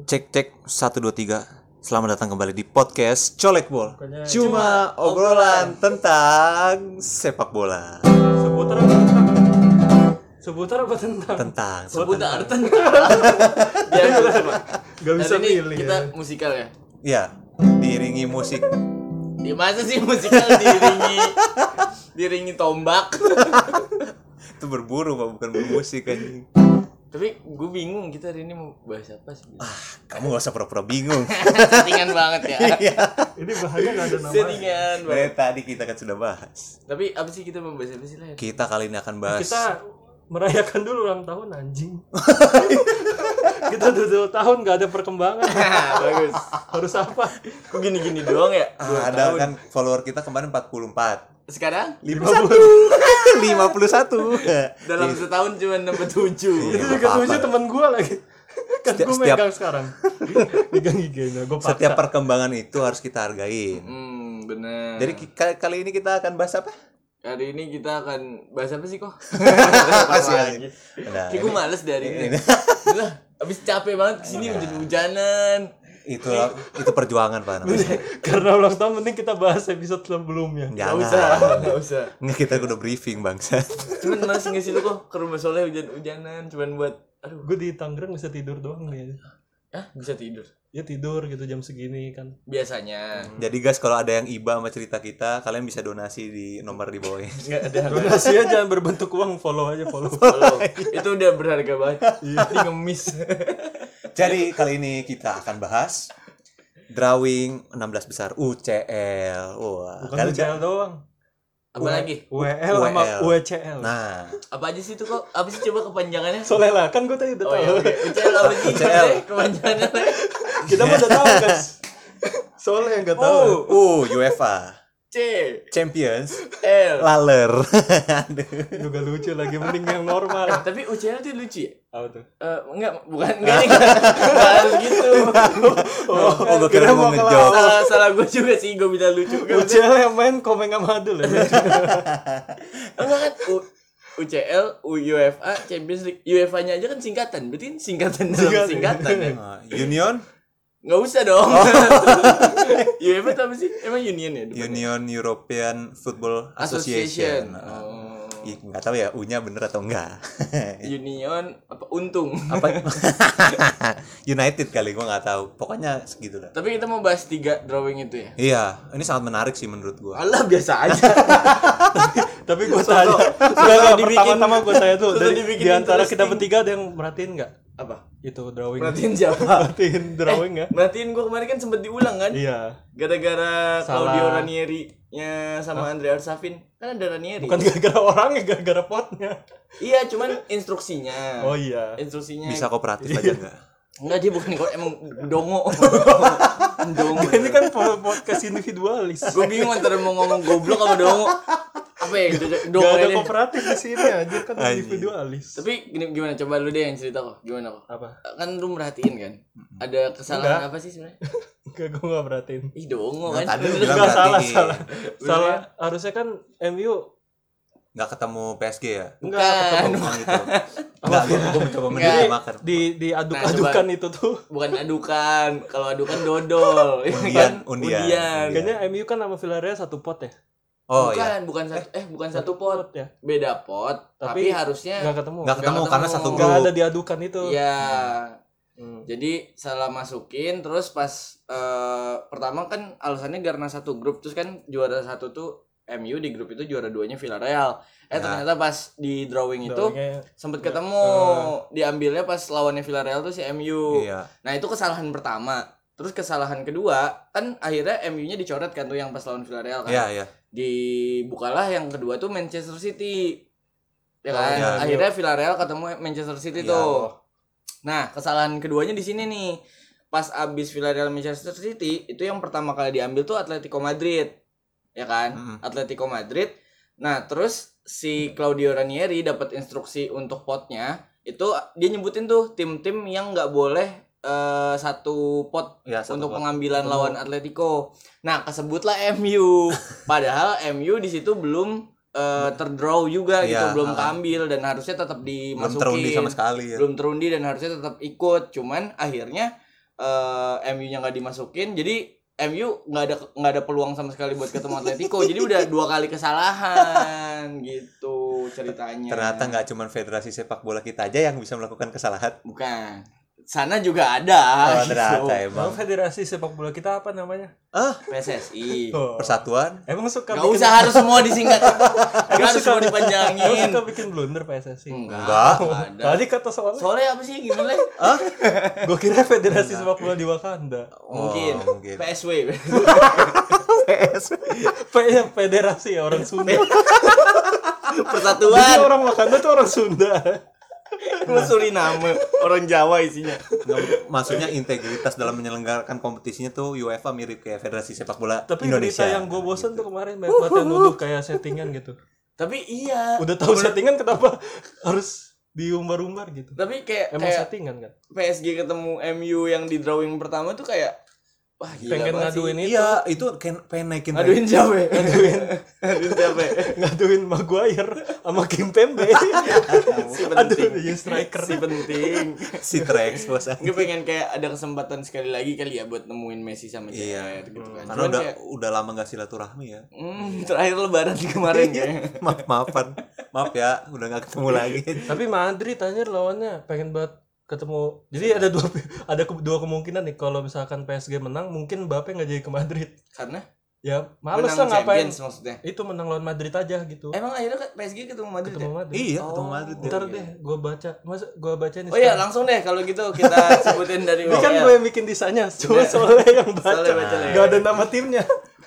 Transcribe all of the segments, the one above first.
Cek 1 2 3. Selamat datang kembali di podcast Colek Bol. Cuma obrolan tentang sepak bola. Seputar apa tentang? Tentang. Seputar tentang. Ya, Gak bisa ini pilih. kita Ya. musikal ya. Iya, diiringi musik. Di masa sih musikal diiringi tombak. Itu berburu Pak, bukan bermusik anjing. Tapi gue bingung kita hari ini mau bahas apa sih? Kamu gak usah pura-pura bingung. Settingan banget ya. Ini bahannya gak ada nama. Settingan Dari banget. tadi kita kan sudah bahas. Tapi apa sih kita mau bahas apa sih lah? Kita kali ini akan bahas Kita merayakan dulu ulang tahun anjing. Kita udah 2 tahun gak ada perkembangan. Bagus. Harus apa? Kok gini-gini doang ya? 2 ada tahun. kan follower kita kemarin 44. Sekarang 51. dalam setahun cuma 67. Itu Iya, juga apa-apa. tujuh teman gue lagi. Kan gue Setiap- megang sekarang. Megang IG-nya. Gue paksa. Setiap perkembangan itu harus kita hargain. Benar. Jadi kali ini kita akan bahas apa? hari ini kita akan bahas apa sih kok? Masih. Nah, Kayak gue males dari ini. Udah, abis capek banget kesini hujan-hujanan. itu perjuangan Pak namanya. Karena ulang tahun mending kita bahas episode sebelumnya. Gak usah. Nggak, kita udah briefing bangsa. Cuman masih nggak sih lu kok ke rumah Soleh hujan-hujanan cuman buat aduh. Gue di Tangerang bisa tidur doang nih. Bisa tidur. Ya tidur gitu jam segini kan. Biasanya. Jadi guys, kalau ada yang iba sama cerita kita, kalian bisa donasi di nomor di bawah ini. Enggak ada. Donasi aja berbentuk uang, follow aja follow. Itu udah berharga banget. Ini ngemis. Jadi kali ini kita akan bahas drawing 16 besar UCL. Wah, Bukan kalian UCL doang. Apa lagi? WL sama WL. UCL. Nah, Apa aja sih itu kok? Apa sih coba kepanjangannya? Soalnya lah kan gue tadi udah Oh tahu. iya, oke. UCL apa sih? UCL. Kepanjangannya. Kita mah udah tahu guys. Soalnya yang nggak tahu. UEFA C Champions L. Laler. Juga lucu lagi mending yang normal. Tapi UCL tuh lucu ya? Apa tuh? Enggak ini enggak harus gitu. Oh, gue kira mau ngejok. Salah gue juga sih, gue bilang lucu. UCL yang main Komeng sama Adul ya. Enggak kan UCL, UEFA, Champions League. UEFA-nya aja kan singkatan. Berarti kan singkatan dalam singkatan ya. Union Enggak usah dong. UEFA itu apa sih? Emang Union ya? depannya? Union European Football Association. Ih, nggak tahu ya U-nya bener atau enggak. Union apa untung. Apa? United kali, gua nggak tahu. Pokoknya segitu lah. Tapi kita mau bahas 3 drawing itu ya. Iya, ini sangat menarik sih menurut gua. Alah biasa aja. Tapi gue tanya. Pertama-tama gue tanya tuh Soto dari dibikin di antara kita interesting. bertiga ada yang merhatiin nggak? Apa? Itu drawing. Merhatiin siapa? Merhatiin drawing ya? Merhatiin gue kemarin kan sempet diulang kan? Iya. Gara-gara Salah. Claudio Ranieri-nya sama Andre Arshavin. Kan ada Ranieri. Bukan gara-gara orangnya, gara-gara potnya. Iya, cuman instruksinya. Oh iya. Instruksinya. Bisa kooperatif aja enggak? Enggak, dia bukan kok emang dongo. Dongo. Ini kan podcast individualis. Gue bingung antara mau ngomong goblok sama dongo. Apa ya? Dongo Gak ada ini. kooperatif di sini aja kan Anjing. individualis. Tapi gimana coba lu deh yang cerita kok. Gimana kok? Apa? Kan lu merhatiin kan? Ada kesalahan Enggak. apa sih sebenarnya? Enggak, gue gak perhatiin. Ih, dongo Nah, kan. tadi lu Terus bilang Enggak, berartiin. salah. Harusnya kan MU Nggak ketemu PSG ya? enggak Bukan. ketemu. Bukan gitu. Enggak, gua mencoba Enggak. menerjemahkan. Diaduk-adukan itu tuh. bukan adukan. Kalau adukan dodol. ya Undian, kan? undian. Kayaknya MU kan sama Villarreal satu pot ya? Oh bukan, iya. bukan satu pot. ya. Beda pot, tapi harusnya Enggak ketemu. Nggak ketemu ketemu. karena satu Enggak grup. ada diadukan itu. Iya. Hmm. Jadi salah masukin terus pas pertama kan alasannya karena satu grup, terus kan juara satu tuh MU, di grup itu juara 2-nya Villarreal. Ya. Ternyata pas di drawing itu Drawingnya- sempet ketemu, diambilnya pas lawannya Villarreal tuh si MU. Iya. Nah, itu kesalahan pertama. Terus kesalahan kedua, kan akhirnya MU-nya dicoret kan tuh yang pas lawan Villarreal kan. Iya, iya. Dibukalah yang kedua tuh Manchester City. Ya Oh, kan? iya. Akhirnya Villarreal ketemu Manchester City Iya. tuh. Nah, kesalahan keduanya di sini nih. Pas abis Villarreal Manchester City, itu yang pertama kali diambil tuh Atletico Madrid. Ya kan? Mm-mm. Atletico Madrid. Nah, terus si Claudio Ranieri dapat instruksi untuk potnya, itu dia nyebutin tuh tim-tim yang nggak boleh satu pot Iya, satu untuk pot. pengambilan lawan Atletico. Nah, kesebutlah MU. Padahal MU di situ belum terdraw juga gitu, Iya, belum keambil dan harusnya tetap Belum dimasukin. terundi sama sekali ya. Belum terundi dan harusnya tetap ikut. Cuman akhirnya MU-nya nggak dimasukin, jadi MU nggak ada peluang sama sekali buat ketemu Atletico. Jadi udah 2 kali kesalahan gitu ceritanya. Ternyata nggak cuma federasi sepak bola kita aja yang bisa melakukan kesalahan. Bukan. Sana juga ada. Oh, ternyata Emang emang. federasi sepak bola kita apa namanya? PSSI. Persatuan. Emang suka Gak usah harus semua disingkat. Gak harus semua Emang dipanjangin. suka bikin blunder PSSI. Enggak. Ada. Tadi kata soalnya. Soalnya apa sih gimana? Gue kira federasi sepak bola di Wakanda. Mungkin. mungkin. PSW. Federasi ya orang Sunda. Persatuan. Jadi orang Wakanda tuh orang Sunda. Suriname. Orang Jawa isinya. Nggak, maksudnya integritas dalam menyelenggarakan kompetisinya tuh UEFA mirip kayak federasi sepak bola Tapi Indonesia. berita yang gue bosan tuh kemarin banyak banget yang nuduh kayak settingan gitu. Tapi iya. Udah tahu settingan kenapa harus diumbar-umbar gitu? Tapi kayak Emang settingan kan? PSG ketemu MU yang di drawing pertama tuh kayak wah gila Pengen banget sih. ngaduin itu. Iya, itu pengen naikin Ngaduin siapa? Ngaduin siapa? Ngaduin Maguire sama Kimpembe. Si Aduh, penting. ya striker. Si penting. si Trex bos. Gue pengen kayak ada kesempatan sekali lagi kali ya buat nemuin Messi sama Iya. CR gitu kan. Karena Cuman kayak, udah lama gak silaturahmi ya. terakhir lebaran kemarin ya. Maaf ya, udah gak ketemu lagi. Tapi Madrid anjir lawannya pengen banget ketemu. Jadi ada dua kemungkinan nih, kalau misalkan PSG menang mungkin Mbappe nggak jadi ke Madrid. Karena Ya males menang lah ngapain. Champions maksudnya. Itu menang lawan Madrid aja gitu. Emang akhirnya PSG ketemu Madrid Ketemu ya? Madrid. Iya, ketemu Oh. Madrid. Ntar deh gue baca. Masa gue baca nih. Oh iya, langsung deh kalau gitu kita sebutin dari Ini kan WL. gue yang bikin desainnya, cuma soalnya yang baca. Soalnya baca lah ya. Gak ada nama timnya.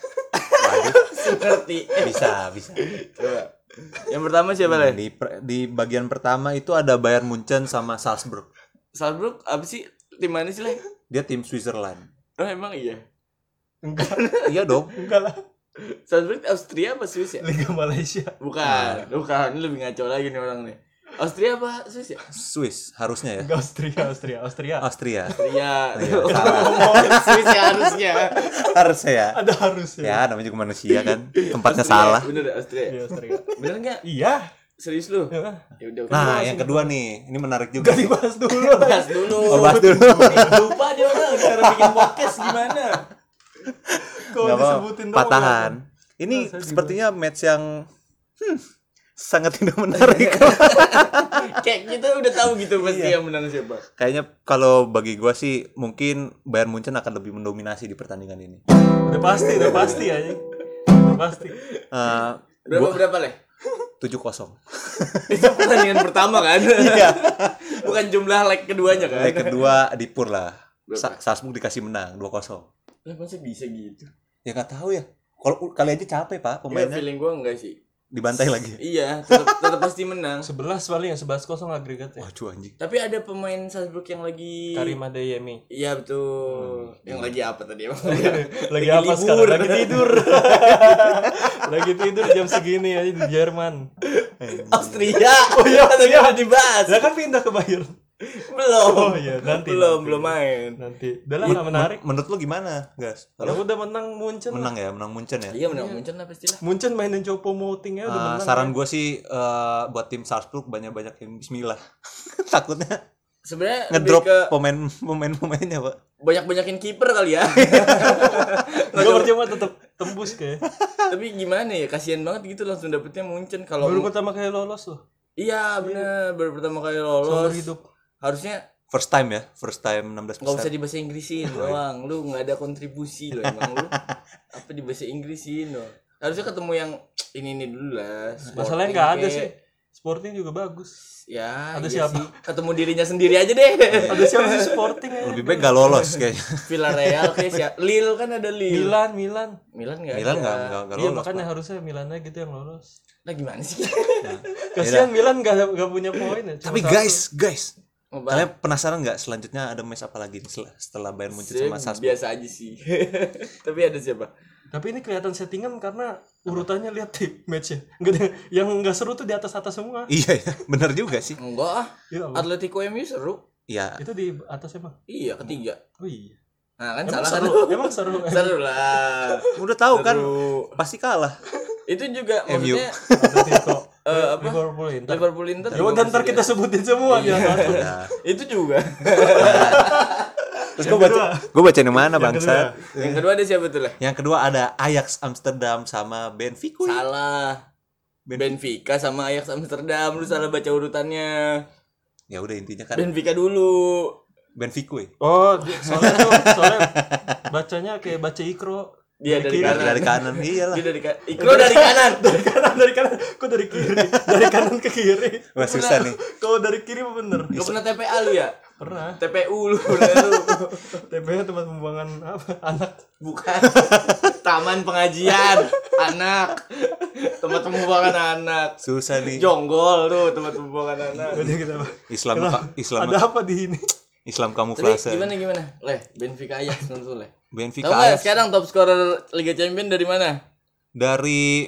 Ngerti. Bisa. Coba. Yang pertama siapa lah? Di bagian pertama itu ada Bayern Munchen sama Salzburg. Salzburg apa sih? Tim mana sih lah? Dia tim Switzerland. Oh emang iya. Enggak, Iya dong. enggak lah. Salzburg Austria apa Swiss ya? Liga Malaysia. Bukan. Ini lebih ngaco lagi nih orang nih. Austria apa Swiss ya? Swiss harusnya ya. Enggak, Austria. Austria. Iya. Iya, salah. Swiss ya harusnya. Harusnya ya. Ada harusnya. Ya, namanya juga manusia kan. Tempatnya Austria, salah. Bener Austria. Iya, Austria. Bener enggak? Iya. Serius lu? Ya. Ya udah. Nah, yang kedua nih, ini menarik juga. Gak dibahas dulu. bahas dulu. Oh, bahas dulu. Lupa dia orang cara bikin podcast gimana? Kok Nggak apa-apa. disebutin dong, Patahan. Ini Nah, saya sepertinya match yang sangat tidak menarik. Kayak kita udah tahu gitu pasti Iya. yang menang siapa. Kayaknya kalau bagi gua sih mungkin Bayern Munchen akan lebih mendominasi di pertandingan ini. Udah pasti aja. Udah pasti. Berapa leh? 7-0. Itu pertandingan pertama kan? Iya. Bukan jumlah leg keduanya kan? Leg kedua dipur lah. Berapa? Salzburg dikasih menang 2-0. Lah masa bisa gitu? Ya nggak tahu ya. Kalau kali aja capek Pak Iya, pemainnya. feeling gua enggak sih. Dibantai lagi. Iya, tetap pasti menang. 11 paling ya, 11-0 agregatnya. Wah, cu anjing. Tapi ada pemain Salzburg yang lagi Karim Adeyemi. Iya betul. Yang lagi apa tadi emang? Lagi apa libur. sekarang? Lagi tidur. Lagi tidur jam segini aja di Jerman. Austria. Oh iya, tadi udah dibahas. Dia kan pindah ke Bayern. Belum. Oh iya, nanti. Belum main. Nanti. Udah lah, nggak menarik. Menurut lu gimana, guys? Ya udah menang Munchen. Menang ya, menang Munchen ya. Iya menang Munchen lah pastilah. Munchen mainin Chopo Moting ya udah menang. Saran ya. gue sih buat tim Salzburg banyak-banyak yang bismillah. Takutnya Sebenarnya lebih ngedrop ke pemainnya, Pak. banyak-banyakin kiper kali ya. Gak percuma tetap tembus kayak. Tapi gimana ya, kasihan banget gitu langsung dapetnya Munchen kalau Baru pertama kali lolos loh. Iya bener, baru pertama kali Seumur lolos. hidup. Harusnya First time 16%. nggak usah di bahasa Inggrisin doang, lu nggak ada kontribusi loh emang lu. Apa di bahasa Inggrisin loh. Harusnya ketemu yang ini dulu lah. Masalahnya nggak ada sih. Sporting juga bagus. Ya, Ada iya siapa? sih. Ketemu dirinya sendiri aja deh. Ada siapa sih Sporting ya? Lebih baik gak lolos kayaknya. Villarreal kayak siapa? Lille kan ada Lille. Milan. Milan nggak Milan ada. nggak Iya lolos. makanya Pak. harusnya Milannya gitu yang lolos. Nah gimana sih? Kasihan Milan gak punya poin ya. Cuma Tapi satu. guys, Ngobrol. kalian penasaran nggak selanjutnya ada match apa lagi nih setelah Bayern Munchen sama Salzburg? Biasa aja sih. Tapi ada siapa? Tapi ini kelihatan settingan karena urutannya lihat di matchnya. Nggak ada yang nggak seru tuh di atas semua. Iya, benar juga sih. Enggak ah. Iya, apa? Atletico MU seru. Iya. Itu di atas emang. Iya, ketiga. Oh iya. Nah, kan Emang salah seru. kan? Emang seru. Seru lah. Udah tahu kan Seru. pasti kalah. Itu juga MU. maksudnya Atletico. apa? Liverpool Inter. Liverpool Inter. Ya juga udah ntar masih kita dia. sebutin semua Iya. ya. Nah, Itu juga. Terus gue baca yang mana bangsa? Yang kedua ada siapa tuh lah? Yang kedua ada Ajax Amsterdam sama Benfica. Salah. Benfica sama Ajax Amsterdam, lu salah baca urutannya. Ya udah intinya kan Benfica dulu. Benfica. Oh, soalnya bacanya kayak baca ikro. Dia dari kanan. Dari kanan iyalah. Dia dari kanan. Ikro dari kanan. dari kanan. Kok dari kiri? Dari kanan ke kiri. Wah susah nih. Kalau dari kiri mah bener. Gak pernah TPA lu ya? Pernah. TPU lu pernah lu. TPA tempat pembuangan apa? Anak. Bukan. Taman pengajian anak. Tempat pembuangan anak. Susah nih. Jonggol tuh tempat pembuangan anak. Udah kita apa? Islam Ada apa di ini? Islam Tapi kamuflase. gimana? Leh, Benfica Ajax menurut lu, Leh. Benfica Tahu nggak Ajax sekarang top scorer Liga Champions dari mana? dari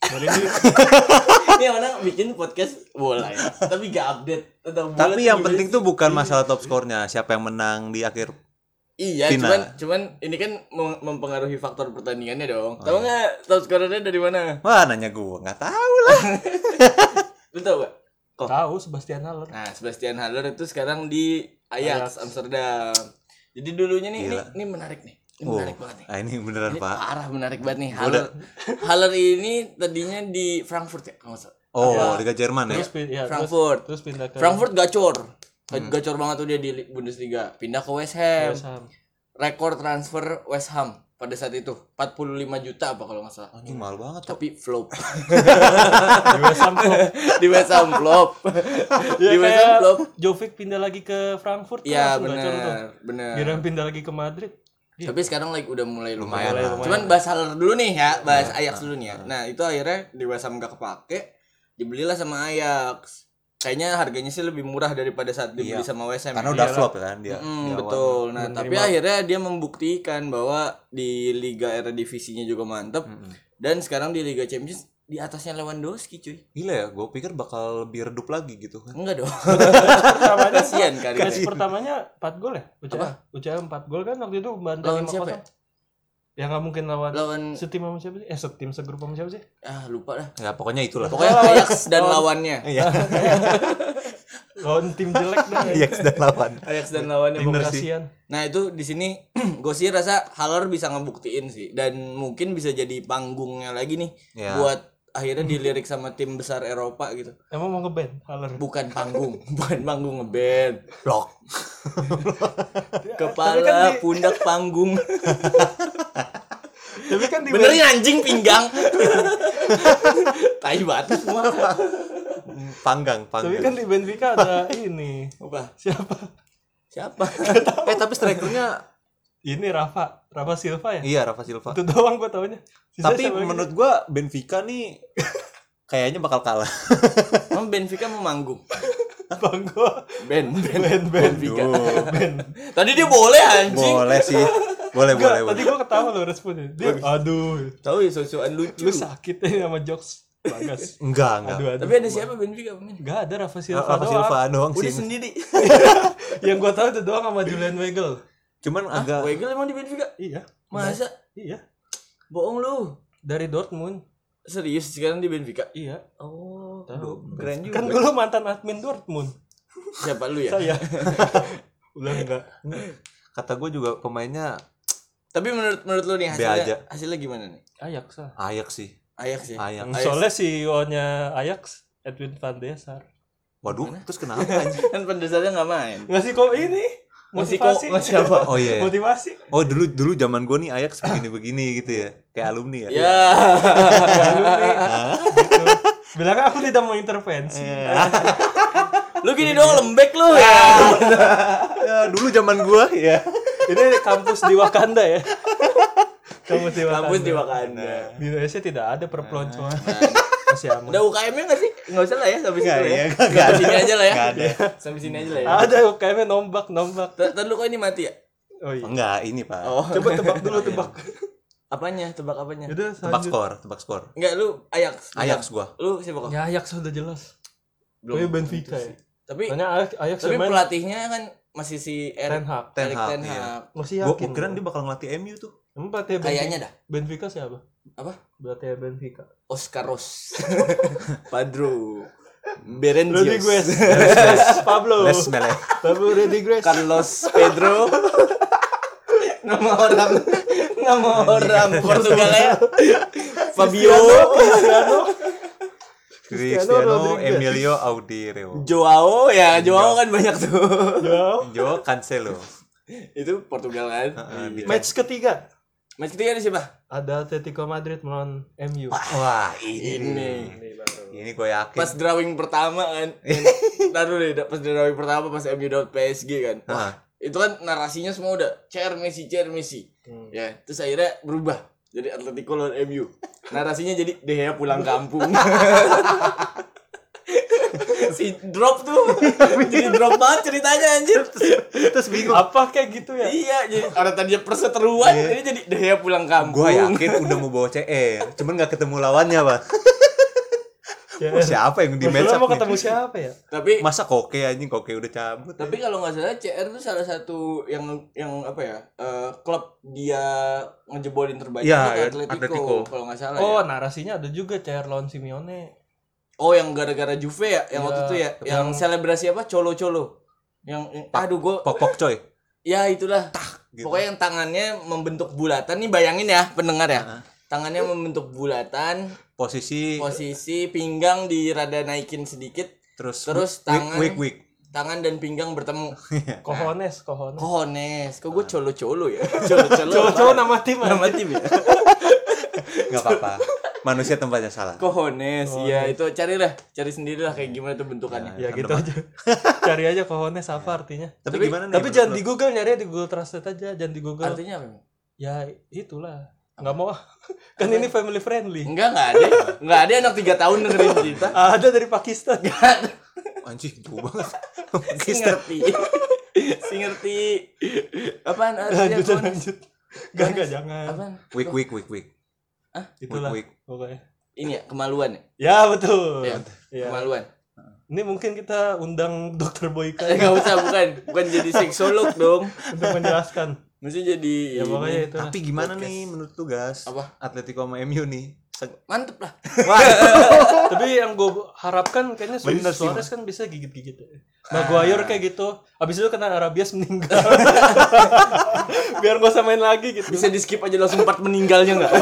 Ini orang bikin podcast bola ya, tapi gak update tentang bola. tapi tuh yang gimana penting sih? tuh bukan masalah top skornya, siapa yang menang di akhir. Iya, final. cuman ini kan mempengaruhi faktor pertandingannya dong. Tahu nggak top scorernya dari mana? Wah, nanya gue nggak tahu lah. Lu tahu nggak? Tahu Sebastian Haller. Nah, Sebastian Haller itu sekarang di Ajax Amsterdam. Jadi dulunya nih, Gila. ini menarik nih. Ini menarik banget nih. Ah, ini beneran Ini Pak. parah menarik banget nih. Haller ini tadinya di Frankfurt ya, kalau nggak salah. Oh, Liga Jerman ya. Frankfurt. Terus pindah ke Frankfurt gacor. Gacor banget tuh dia di Bundesliga. Pindah ke West Ham. West Ham. Rekor transfer West Ham pada saat itu 45 juta apa kalau nggak salah. Anjing mahal banget tuh. Tapi flop. Di West Ham kok. Di West Ham flop. Di West Ham flop. Jovic pindah lagi ke Frankfurt. Iya langsung gacor tuh. benar. Kirain pindah lagi ke Madrid. Tapi sekarang udah mulai lumayan. Lumayan lah. Cuman bahas Haller dulu nih ya, bahas Ajax dulu nih ya. Nah, itu akhirnya di West Ham gak kepake, dibelilah sama Ajax. Kayaknya harganya sih lebih murah daripada saat dibeli sama West Ham. Karena udah flop kan dia. di awal. Betul. Nah, tapi akhirnya dia membuktikan bahwa di Liga Eredivisie-nya juga mantep. Dan sekarang di Liga Champions di atasnya Lewandowski, cuy. Gila ya, gue pikir bakal lebih redup lagi gitu kan. Enggak dong. Pertamanya Kasian kali. Match pertamanya 4 gol ya? UCL 4 gol kan waktu itu bantai Lawan 5-0. siapa ya? Ya nggak mungkin lawan Setim sama siapa sih? Setim segrup sama siapa sih? lupa dah. Ya pokoknya itulah. Pokoknya Ajax dan lawannya. Iya. Lawan tim jelek dah. Ajax dan lawan. Ajax dan lawannya Bener pokoknya. sih. Kasian. Nah, itu di sini gue sih rasa Haller bisa ngebuktiin sih dan mungkin bisa jadi panggungnya lagi nih Ya. buat akhirnya dilirik sama tim besar Eropa gitu. Emang mau ngeband Haller? Bukan panggung, bukan panggung ngeband. Blok. Kepala, pundak panggung. Tapi kan di Benerin anjing pinggang. Tai banget semua. Panggang. Tapi kan di Benfica ada ini. Apa? Siapa? Tapi strikernya Ini Rafa Silva ya? iya Rafa Silva. Itu doang gua taunya. Tapi menurut gua Benfica nih kayaknya bakal kalah. Emang Benfica mau manggung. Banggo. Benfica. Ben. Tadi dia boleh anjing. Boleh sih. Boleh. Tadi gua ketawa loh responnya. Dia aduh. Tahu ya sosokan lucu. Lu sakit ya sama jokes Bagas. Enggak. Aduh. Tapi ada siapa Benfica pemain? Enggak ada Rafa Silva Rafa Silva doang Udah sih. sendiri. Yang gua tahu itu doang sama Julian Weigl. Cuman agak Weigl emang di Benfica? Iya. Masa? Iya. Bohong lu. Dari Dortmund. Serius sekarang di Benfica? Iya. Oh, Tahu. keren juga. Kan dulu mantan admin Dortmund. Siapa lu ya? Saya. Udah enggak. kata gue juga pemainnya Tapi menurut lu nih B aja. hasilnya gimana nih? Ajax lah. Ajax sih. Ajax ya. Ajax. Soalnya CEO-nya Ajax Edwin van der Sar. Waduh, terus kenapa anjing? Kan pendasarnya nggak main. Ngasih kok ini motivasi. Masih apa? Oh iya. Motivasi. Oh dulu zaman gue nih Ajax begini gitu ya. Kayak alumni ya. Ya. Gitu. Bilang aku tidak mau intervensi. Lu gini doang lembek lu ya. Ya, dulu zaman gue ya. Ini kampus di Wakanda ya. Kampus di Wakanda. Di Indonesia tidak ada perpeloncoan. Masih aman. Udah UKM-nya nggak sih? Nggak usah lah ya sampai situ Nggak, ya. iya, Sampai sini aja lah ya. Nggak ada. Sampai sini aja lah ya. Ada kayaknya nombak. Tadi lu kok ini mati ya? Oh iya. Enggak, ini Pak. Oh. Coba tebak dulu tebak. Apanya? Tebak apanya? Udah Tebak skor. Enggak, lu Ajax. Ajax gua. Lu siapa kok? Ya Ajax sudah jelas. Tapi Benfica ya. Tapi Soalnya Ajax main pelatihnya kan masih si Ten Hag. Ten Erik Hag, Ten iya. Hag. Masih Gua yakin. kira dia bakal ngelatih MU tuh. Emang pelatih Kayaknya dah. Benfica siapa? Apa? Pelatih Benfica. Oscar Ros. Padro. Berenjios. Rodriguez. Pablo. Les Mele. Pablo Rodriguez. Carlos Pedro. nama orang Portugal ya. Fabio, Cristiano Rodriguez. Emilio Audero. Joao kan banyak tuh. Joao Cancelo. Itu Portugal kan. Match ketiga Match ketiga ada siapa? ada Atletico Madrid melawan MU. Wah, Ini. ini gue yakin. Pas drawing pertama kan. Taruh deh, pas drawing pertama pas MU dapat PSG kan. Wah, itu kan narasinya semua udah CR Messi. Ya, terus akhirnya berubah jadi Atletico lawan MU. Narasinya jadi De Gea pulang kampung. Si drop tuh. Jadi drop banget ceritanya anjir. Terus bingung. Apa kayak gitu ya? Iya, jadi orang tadinya perseteruan ini jadi De Gea pulang kampung. Gue yakin udah mau bawa CR, cuman nggak ketemu lawannya, Pak. Siapa yang di match Barcelona up mau nih? ketemu siapa ya? Tapi Masa Koke anjing, Koke udah cabut. Tapi kalau nggak salah CR itu salah satu yang apa ya, klub dia ngejebolin terbanyak Iya, itu Atletico. Atletico kalau nggak salah. Oh, Ya. narasinya ada juga CR lawan Simeone. Oh, yang gara-gara Juve ya, yang Iya, waktu itu ya, yang yang- selebrasi apa? Colo-colo. Yang aduh gue, Pok coy. ya itulah. Gitu. Pokoknya yang tangannya membentuk bulatan nih, bayangin ya pendengar ya. Tangannya membentuk bulatan, Posisi posisi pinggang dirada naikin sedikit, terus tangan tangan dan pinggang bertemu. Cojones. Cojones, kok gue colo-colo ya? Colo-colo. Cowok nama tim. Nama tim ya. nggak apa-apa. Manusia tempatnya salah. Cojones, iya itu cari sendirilah kayak gimana tuh bentukannya. Ya gitu aja. Cari aja cojones apa artinya. Tapi gimana nih? Tapi jangan di Google, nyari di Google Translate aja, jangan di Google. Artinya apa? Ya itulah. Nggak mau ah. Kan ini family friendly. Enggak ada anak 3 tahun dengerin kita. Ada dari Pakistan. Anjing, jauh banget. Si ngerti. Apaan artinya cojones? Lanjut. Gak jangan. Apaan? Week. Itulah Week. pokoknya. Ini ya, kemaluan ya? Ya betul. Iya, Iya. kemaluan. Ini mungkin kita undang Dokter Boyka Enggak usah, bukan jadi seksolog dong. untuk menjelaskan. Mesti jadi Ya pokoknya itu. Tapi gimana nih menurut lu, Gas? Apa? Atletico sama MU nih. Mantep lah. Tapi yang gue harapkan kayaknya Bener sih, Suarez kan bisa gigit-gigit ya. Maguire kayak gitu. Abis itu kena Arabias meninggal. Biar gak usah main lagi gitu. Bisa di skip aja langsung 4 meninggalnya enggak?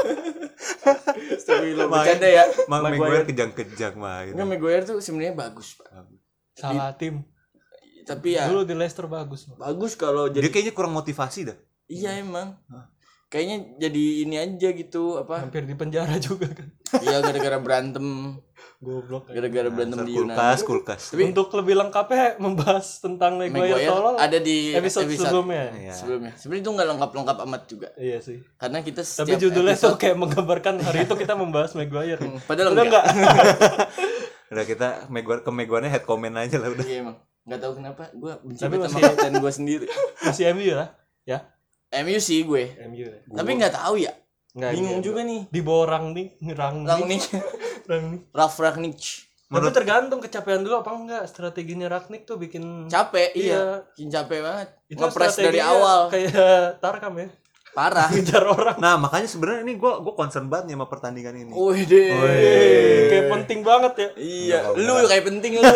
Astagfirullah, bercanda ya. Maguire kejang-kejang main. Enggak, Maguire tuh sebenarnya bagus, Pak. Salah tim. Tapi ya Dulu di Leicester bagus. bagus kalau Dia jadi kayaknya kurang motivasi dah. iya emang. Kayaknya jadi ini aja gitu apa? Hampir di penjara juga kan. Iya gara-gara berantem, Goblok. gara-gara berantem di Yunani. Kulkas. Tapi Untuk lebih lengkapnya membahas tentang Maguire tolol ada di episode sebelumnya. Iya. sebelumnya. Sebenarnya itu nggak lengkap-lengkap amat juga. Iya sih. Karena kita Tapi setiap judulnya episode, tuh kayak menggambarkan hari itu kita membahas Maguire. padahal Udah enggak. Udah kita Maguire head comment aja lah udah. Iya emang. Enggak tahu kenapa gue benci Tapi banget sama masih- kapten gue sendiri. Masih MU lah. Ya. MU sih gue. MU ya. Tapi nggak tahu ya. Nggak, Bingung iya. juga nih. Di bawah Rangnick. Rangnick, Rangnick. Rangnick. Tapi tergantung kecapean dulu apa enggak. Strateginya Rangnick tuh bikin Capek, Iya. iya. Bikin capek banget. itu Ngepres dari strateginya awal. kayak Tarkam ya. Parah. Ngejar orang. Nah, makanya sebenarnya ini gue concern banget nih sama pertandingan ini. Wih deh. Kayak penting banget ya. Iya, lu kayak penting lu.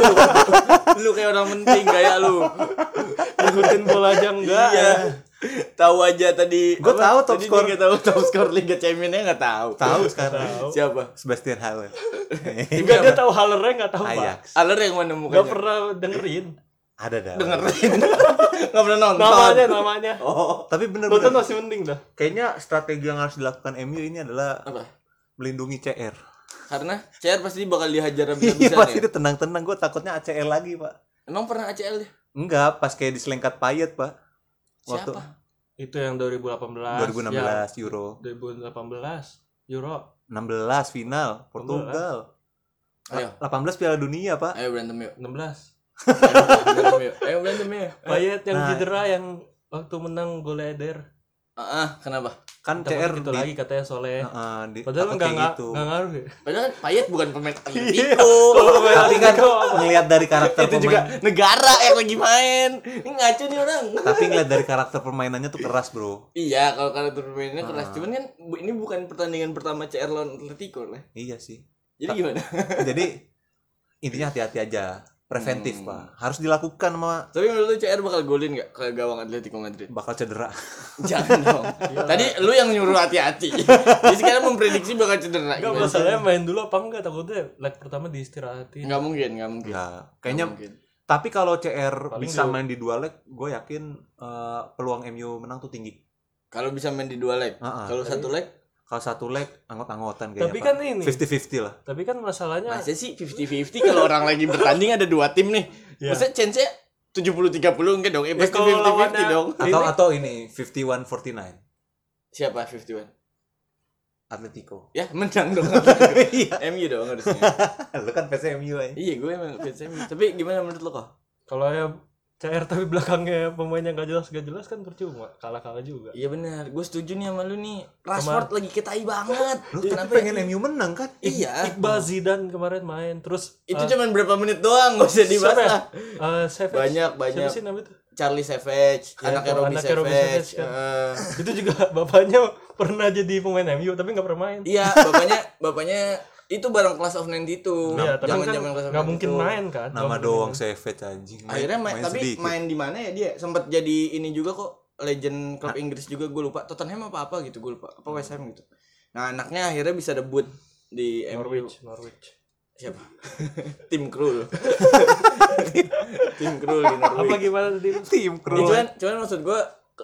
Lu kayak orang penting kayak lu. Ngikutin bola aja enggak. Iya. Tahu aja tadi. Gua apa? tahu top Tadi skor. dia nggak tahu top skor Liga Champions-nya enggak tahu. Tahu sekarang. Siapa? Sebastian Haller. Enggak, dia tahu Haller-nya enggak tahu, Pak. Ajax. Aler yang mana Enggak mukanya? pernah dengerin. Ada dah. Dengerin. Enggak pernah nonton. Namanya. Oh, Tapi Nonton bener-bener masih mending dah. kayaknya strategi yang harus dilakukan MU ini adalah apa? melindungi CR. Karena CR pasti bakal dihajar Iya, habis-habisan pasti ya. itu tenang-tenang. Gue takutnya ACL lagi, Pak. Emang pernah ACL dia? Enggak, pas kayak diselengkat Payet, Pak. Siapa? Itu yang 2018. 2016 Ya, Euro. 2018 Euro 16 final Portugal. Ayo. 18 Piala Dunia, Pak. Ayo berantem yuk. 16. Ayo berantem yuk. Payet yang Nah. cedera yang waktu menang gol Eder. Kenapa? Kan Tapi CR gitu lagi katanya Soleh. Padahal takut enggak kayak gitu. ngaruh ya. Padahal kan Payet bukan pemain Iya. Atletico. Tapi kan ngelihat dari karakter Itu juga pemain, negara yang lagi main. Ini ngaco nih orang. tapi ngelihat dari karakter permainannya tuh keras, Bro. Iya, kalau karakter pemainnya keras. Cuman kan ini bukan pertandingan pertama CR lawan Atletico lah. Iya sih. Jadi gimana? Jadi intinya hati-hati aja. Preventif, Pak. Harus dilakukan sama Tapi menurut lu CR bakal golin gak ke gawang Atletico Madrid? bakal cedera. Jangan dong. Tadi lu yang nyuruh hati-hati. Jadi sekarang memprediksi bakal cedera. Enggak, masalahnya main dulu apa enggak, takutnya leg pertama diistirahatin. Enggak mungkin. Nah, kayaknya Nggak mungkin. tapi kalau CR Paling bisa dua. main di 2 leg, gue yakin peluang MU menang tuh tinggi. Kalau bisa main di 2 leg. Kalau 1 leg, Kalau 1 leg anggot-anggotan kayaknya. Tapi Pak. kan ini. 50-50 lah. Tapi kan masalahnya masa sih 50-50 kalau orang lagi bertanding ada 2 tim nih. Ya. Maksudnya chance-nya 70-30 enggak dong? Pasti kalau 50-50 lawannya- dong. Atau ini 51-49 Siapa 51? Atletico. Ya, menang dong. Iya. MU dong harusnya. Lu kan fans MU aja. Iya, gue emang fans MU. Tapi gimana menurut lo kok? kalau ya CR tapi belakangnya pemainnya gak jelas kan percuma, kalah juga. Iya benar, gue setuju nih sama lu nih. Rashford lagi ketai banget. Lu Kenapa pengen ya? MU menang kan? Iya. Iqbal Zidane kemarin main, terus Itu cuman berapa menit doang, gak usah dibahas siapa ya? lah. Savage. Banyak. Siapa sih namanya itu? Charlie Savage, Ya, anaknya Robbie anaknya Robbie Savage. Savage, kan. Itu juga bapaknya pernah jadi pemain MU tapi gak pernah main. Iya, bapaknya itu bareng Class of 92. Iya, tapi kan Zaman-zaman Class of gak mungkin 92. main kan. Nama doang Savage anjing. Akhirnya tapi sedikit. main di mana ya dia? Sempat jadi ini juga kok, legend klub Inggris juga, gue lupa. Tottenham apa gitu, gue lupa. Apa West Ham gitu. Nah, anaknya akhirnya bisa debut di MU. Norwich. Siapa? Tim Krul. Tim Krul di Norwich. Apa gimana tadi? tim Ya, cuman maksud gue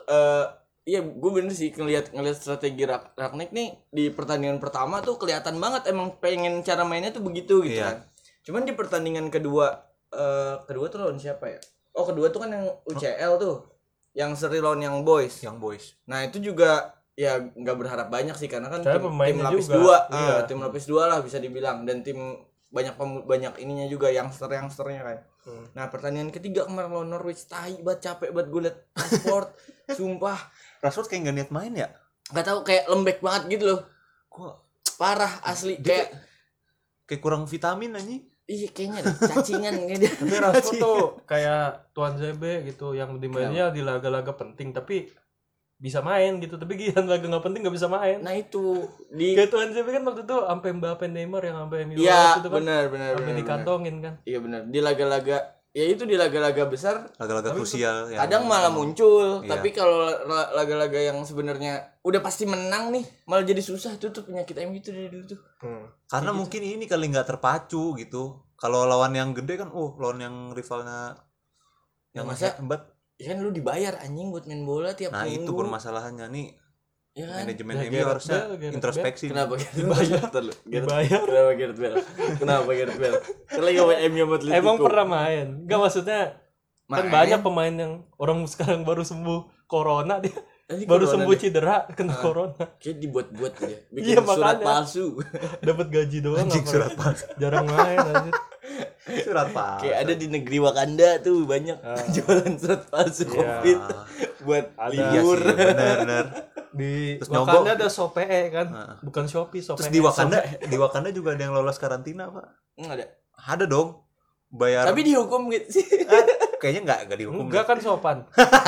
iya gue bener sih ngelihat strategi Rangnick nih di pertandingan pertama tuh kelihatan banget emang pengen cara mainnya tuh begitu gitu Iya. kan. Cuman di pertandingan kedua tuh lawan siapa ya? Oh, kedua tuh kan yang UCL tuh. Yang seri lawan yang Boys. Young Boys. Nah, itu juga ya nggak berharap banyak sih karena kan Saya tim pemainnya lapis juga. 2. Iya. Tim lapis 2 lah bisa dibilang, dan tim banyak ininya juga, youngsternya kan. Nah, pertandingan ketiga kemarin lawan Norwich, tai banget, capek banget gue liat Rashford. Sumpah, Rashford kayak nggak niat main ya? nggak tahu, kayak lembek banget gitu loh. Kok Parah asli, Dia kayak kurang vitamin anjing. iya kayaknya deh, cacingan kayak dia. Tapi Rashford tuh kayak Tuan ZB gitu yang dimainnya di laga-laga penting tapi bisa main gitu, tapi gian laga nggak penting nggak bisa main. Nah, itu di Kayak Tuan ZB kan waktu itu sampai Mbappe, Neymar yang sampai MU iya itu kan benar sampai dikantongin kan. Iya benar, di laga-laga ya itu di laga-laga besar Laga-laga krusial yang kadang malah muncul. Iya. Tapi kalau laga-laga yang sebenarnya udah pasti menang nih malah jadi susah. Itu tuh penyakit MU itu dari dulu tuh. karena mungkin ini kali nggak terpacu gitu. Kalau lawan yang gede kan, lawan yang rivalnya yang Masa- hebat. Ya kan lu dibayar anjing buat main bola tiap Nah, minggu. itu permasalahannya nih. Ya kan? Manajemen Ya, MU Gareth harusnya Bale, Gareth introspeksi. Kenapa Dibayar. Dibayar. Kenapa Gareth Bale? Kenapa Gareth Bale? Kan lagi main MU sama Atletico. Emang pernah main? Enggak, maksudnya kan Main. banyak pemain yang orang sekarang baru sembuh corona, dia Nanti baru corona sembuh deh. cedera kena corona. Kayak dibuat-buat dia. Bikin Iya, surat makanya. palsu. Dapat gaji doang Anjing, apa- surat palsu. Jarang main anjir. Surat palsu. Kayak ada di negeri Wakanda tuh banyak jualan surat palsu Iya. Covid buat Ada. Iya libur. sih, benar. Di Terus Wakanda nyogok. ada Shopee kan, bukan Shopee, Shopee. Terus di Wakanda juga ada yang lolos karantina, Pak. Enggak ada. Ada dong. Bayar. Tapi dihukum gitu sih. Kayaknya enggak dihukum. Enggak kan sopan.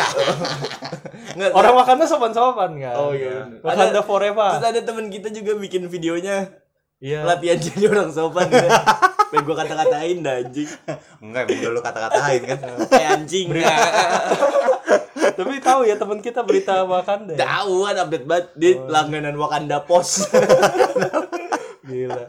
Enggak. Orang Wakanda sopan-sopan kan. Oh iya. Wakanda forever. Terus ada teman kita juga bikin videonya Iya. latihan jadi orang sopan gitu. Pengen gue kata-katain dah anjing. Enggak, emang dulu kata-katain kan. Kayak anjing. Tapi tahu ya teman kita berita Wakanda. Ya? Tahu kan update banget di langganan Wakanda Post. Gila.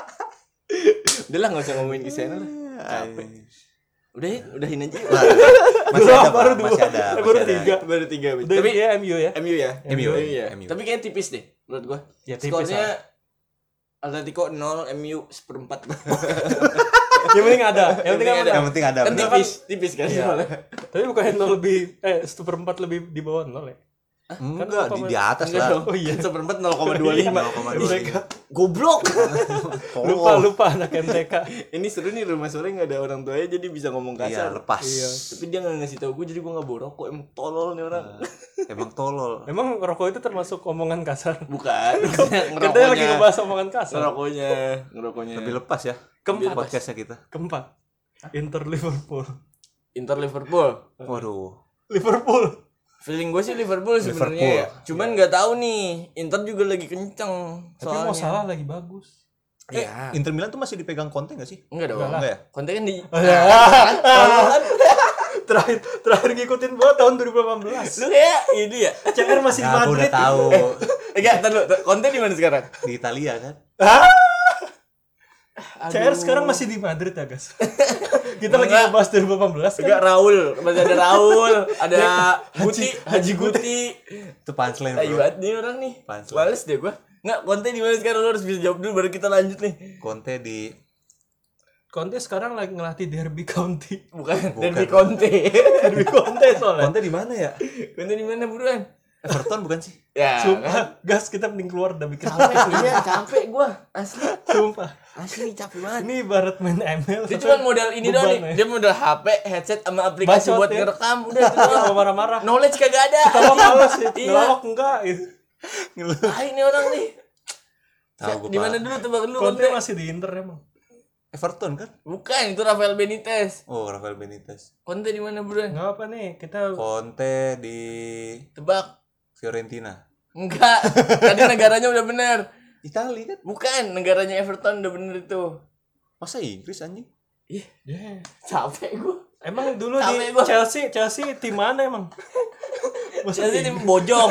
Udah lah, enggak usah ngomongin ke sana lah. Capek. Udahin aja. Nah, masih ada, Pak. Baru dua. Masih ada. Baru masih ada. tiga. Baru 3. Udah Tapi ya MU ya. MU ya. MU. ya. MU. Tapi kayak tipis deh menurut gua. Ya tipis. Skornya Atletico 0, MU 1/4. Yang penting ada. Yang penting ada. Yang penting ada. Kan benar. tipis kan Iya. soalnya. Tapi bukan 0 lebih 1/4 lebih di bawah 0 ya. Enggak, Kan di atas Enggak lah. dong. Oh iya. 1/4 0,25. 0,25. Goblok. Lupa anak MTK. Ini seru nih, rumah sore enggak ada orang tuanya jadi bisa ngomong Iya, kasar. lepas. Iya. Tapi dia enggak ngasih tahu gue, jadi gue enggak bawa rokok. Emang tolol nih orang. Emang tolol. Emang rokok itu termasuk omongan kasar? Bukan. Kita lagi ngebahas omongan kasar. Ngerokoknya. Lebih lepas ya. Keempat. Podcastnya kita. Keempat. Inter Liverpool. Inter Liverpool. Waduh. Liverpool. Feeling gue sih Liverpool sebenarnya ya. Cuman nggak tahu nih, Inter juga lagi kenceng. Tapi mau Soalnya. salah lagi bagus. Iya. Inter Milan tuh masih dipegang Conte nggak sih? Enggak dong. Enggak ya? Conte kan di Terakhir ngikutin bola tahun 2018. lu kayak ini ya. CR masih di Nah, aku Madrid. udah tahu Enggak, entar lu. Conte di mana sekarang? di Italia kan. CR sekarang masih di Madrid ya guys. Kita lagi Enggak. ngebahas 2018 kan. Enggak, Raul. Masih ada Raul, ada Guti, Haji Guti. Itu punchline Ayo bro. banget nih orang nih. Punchline. Males deh gua. Enggak, Conte di mana sekarang, lu harus bisa jawab dulu baru kita lanjut nih. Conte di Conte sekarang lagi ngelatih Derby County. Bukan. Bukan. Derby Conte. Derby Conte soalnya. Conte di mana ya? Conte di mana buruan? Everton bukan sih? Ya. Kan? Sumpah, gas kita mending keluar udah bikin Iya, capek gua. Asli. Sumpah. Asli capek banget. Ini ibarat main ML. Dia cuma modal ini doang nih. Dia modal HP, headset sama aplikasi Bacot buat ya. ngerekam. Udah itu doang. Kalau marah-marah. Knowledge kagak ada. Kalau males sih. Iya. Ngelawak enggak gitu. Ah, ini orang nih. Tahu gua. Di mana dulu tebak dulu Conte Conte? masih di Inter emang. Everton kan? Bukan, itu Rafael Benitez. Oh, Rafael Benitez. Conte di mana, Bro? Enggak apa nih, kita Conte di Tebak. Fiorentina. Enggak. Tadi negaranya udah bener. Italia kan? Bukan, negaranya Everton udah bener itu. Masa Inggris anjing? Yeah. Capek gua. Emang dulu Capek di gua. Chelsea tim mana emang? Masa Chelsea di- tim bojong.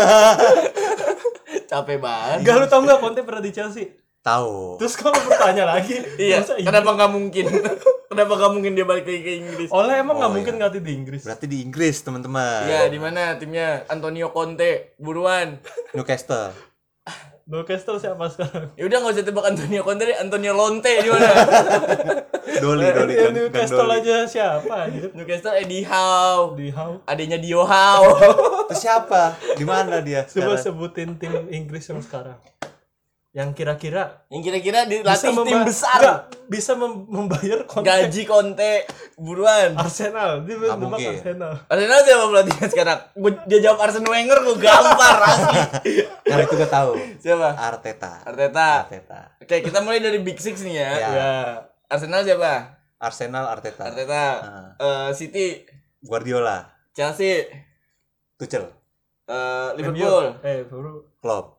Capek banget. Enggak, lu tau enggak Conte pernah di Chelsea? Tahu. Terus kalau bertanya lagi, Iya, masa kenapa nggak mungkin? Kenapa nggak mungkin dia balik lagi ke Inggris? Oleh emang nggak Oh, mungkin iya. ngelatih di Inggris. Berarti di Inggris, teman-teman. Iya, di mana timnya? Antonio Conte, buruan. Newcastle. Newcastle siapa sekarang? Ya udah nggak usah tebak Antonio Conte deh, Antonio Lonte di mana? Doli Ya, kan. Newcastle aja siapa anjir? Newcastle Eddie Howe, Di How? adanya Dio Howe. Itu siapa? Di mana dia Coba sekarang? sebutin tim Inggris yang sekarang. Yang kira-kira Yang kira-kira dilatih tim enggak, besar. bisa membayar Conte. Gaji Conte, buruan. Arsenal, dia Nggak nebak mungkin. Arsenal. Arsenal siapa pelatihnya sekarang? Dia jawab Arsene Wenger, gue gampar asli. Nah, itu gue tahu. Siapa? Arteta. Arteta. Arteta. Oke, kita mulai dari Big Six nih ya. Ya. Ya, Arsenal siapa? Arsenal, Arteta. Arteta. City, Guardiola. Chelsea, Tuchel. Liverpool, baru MU, Klopp.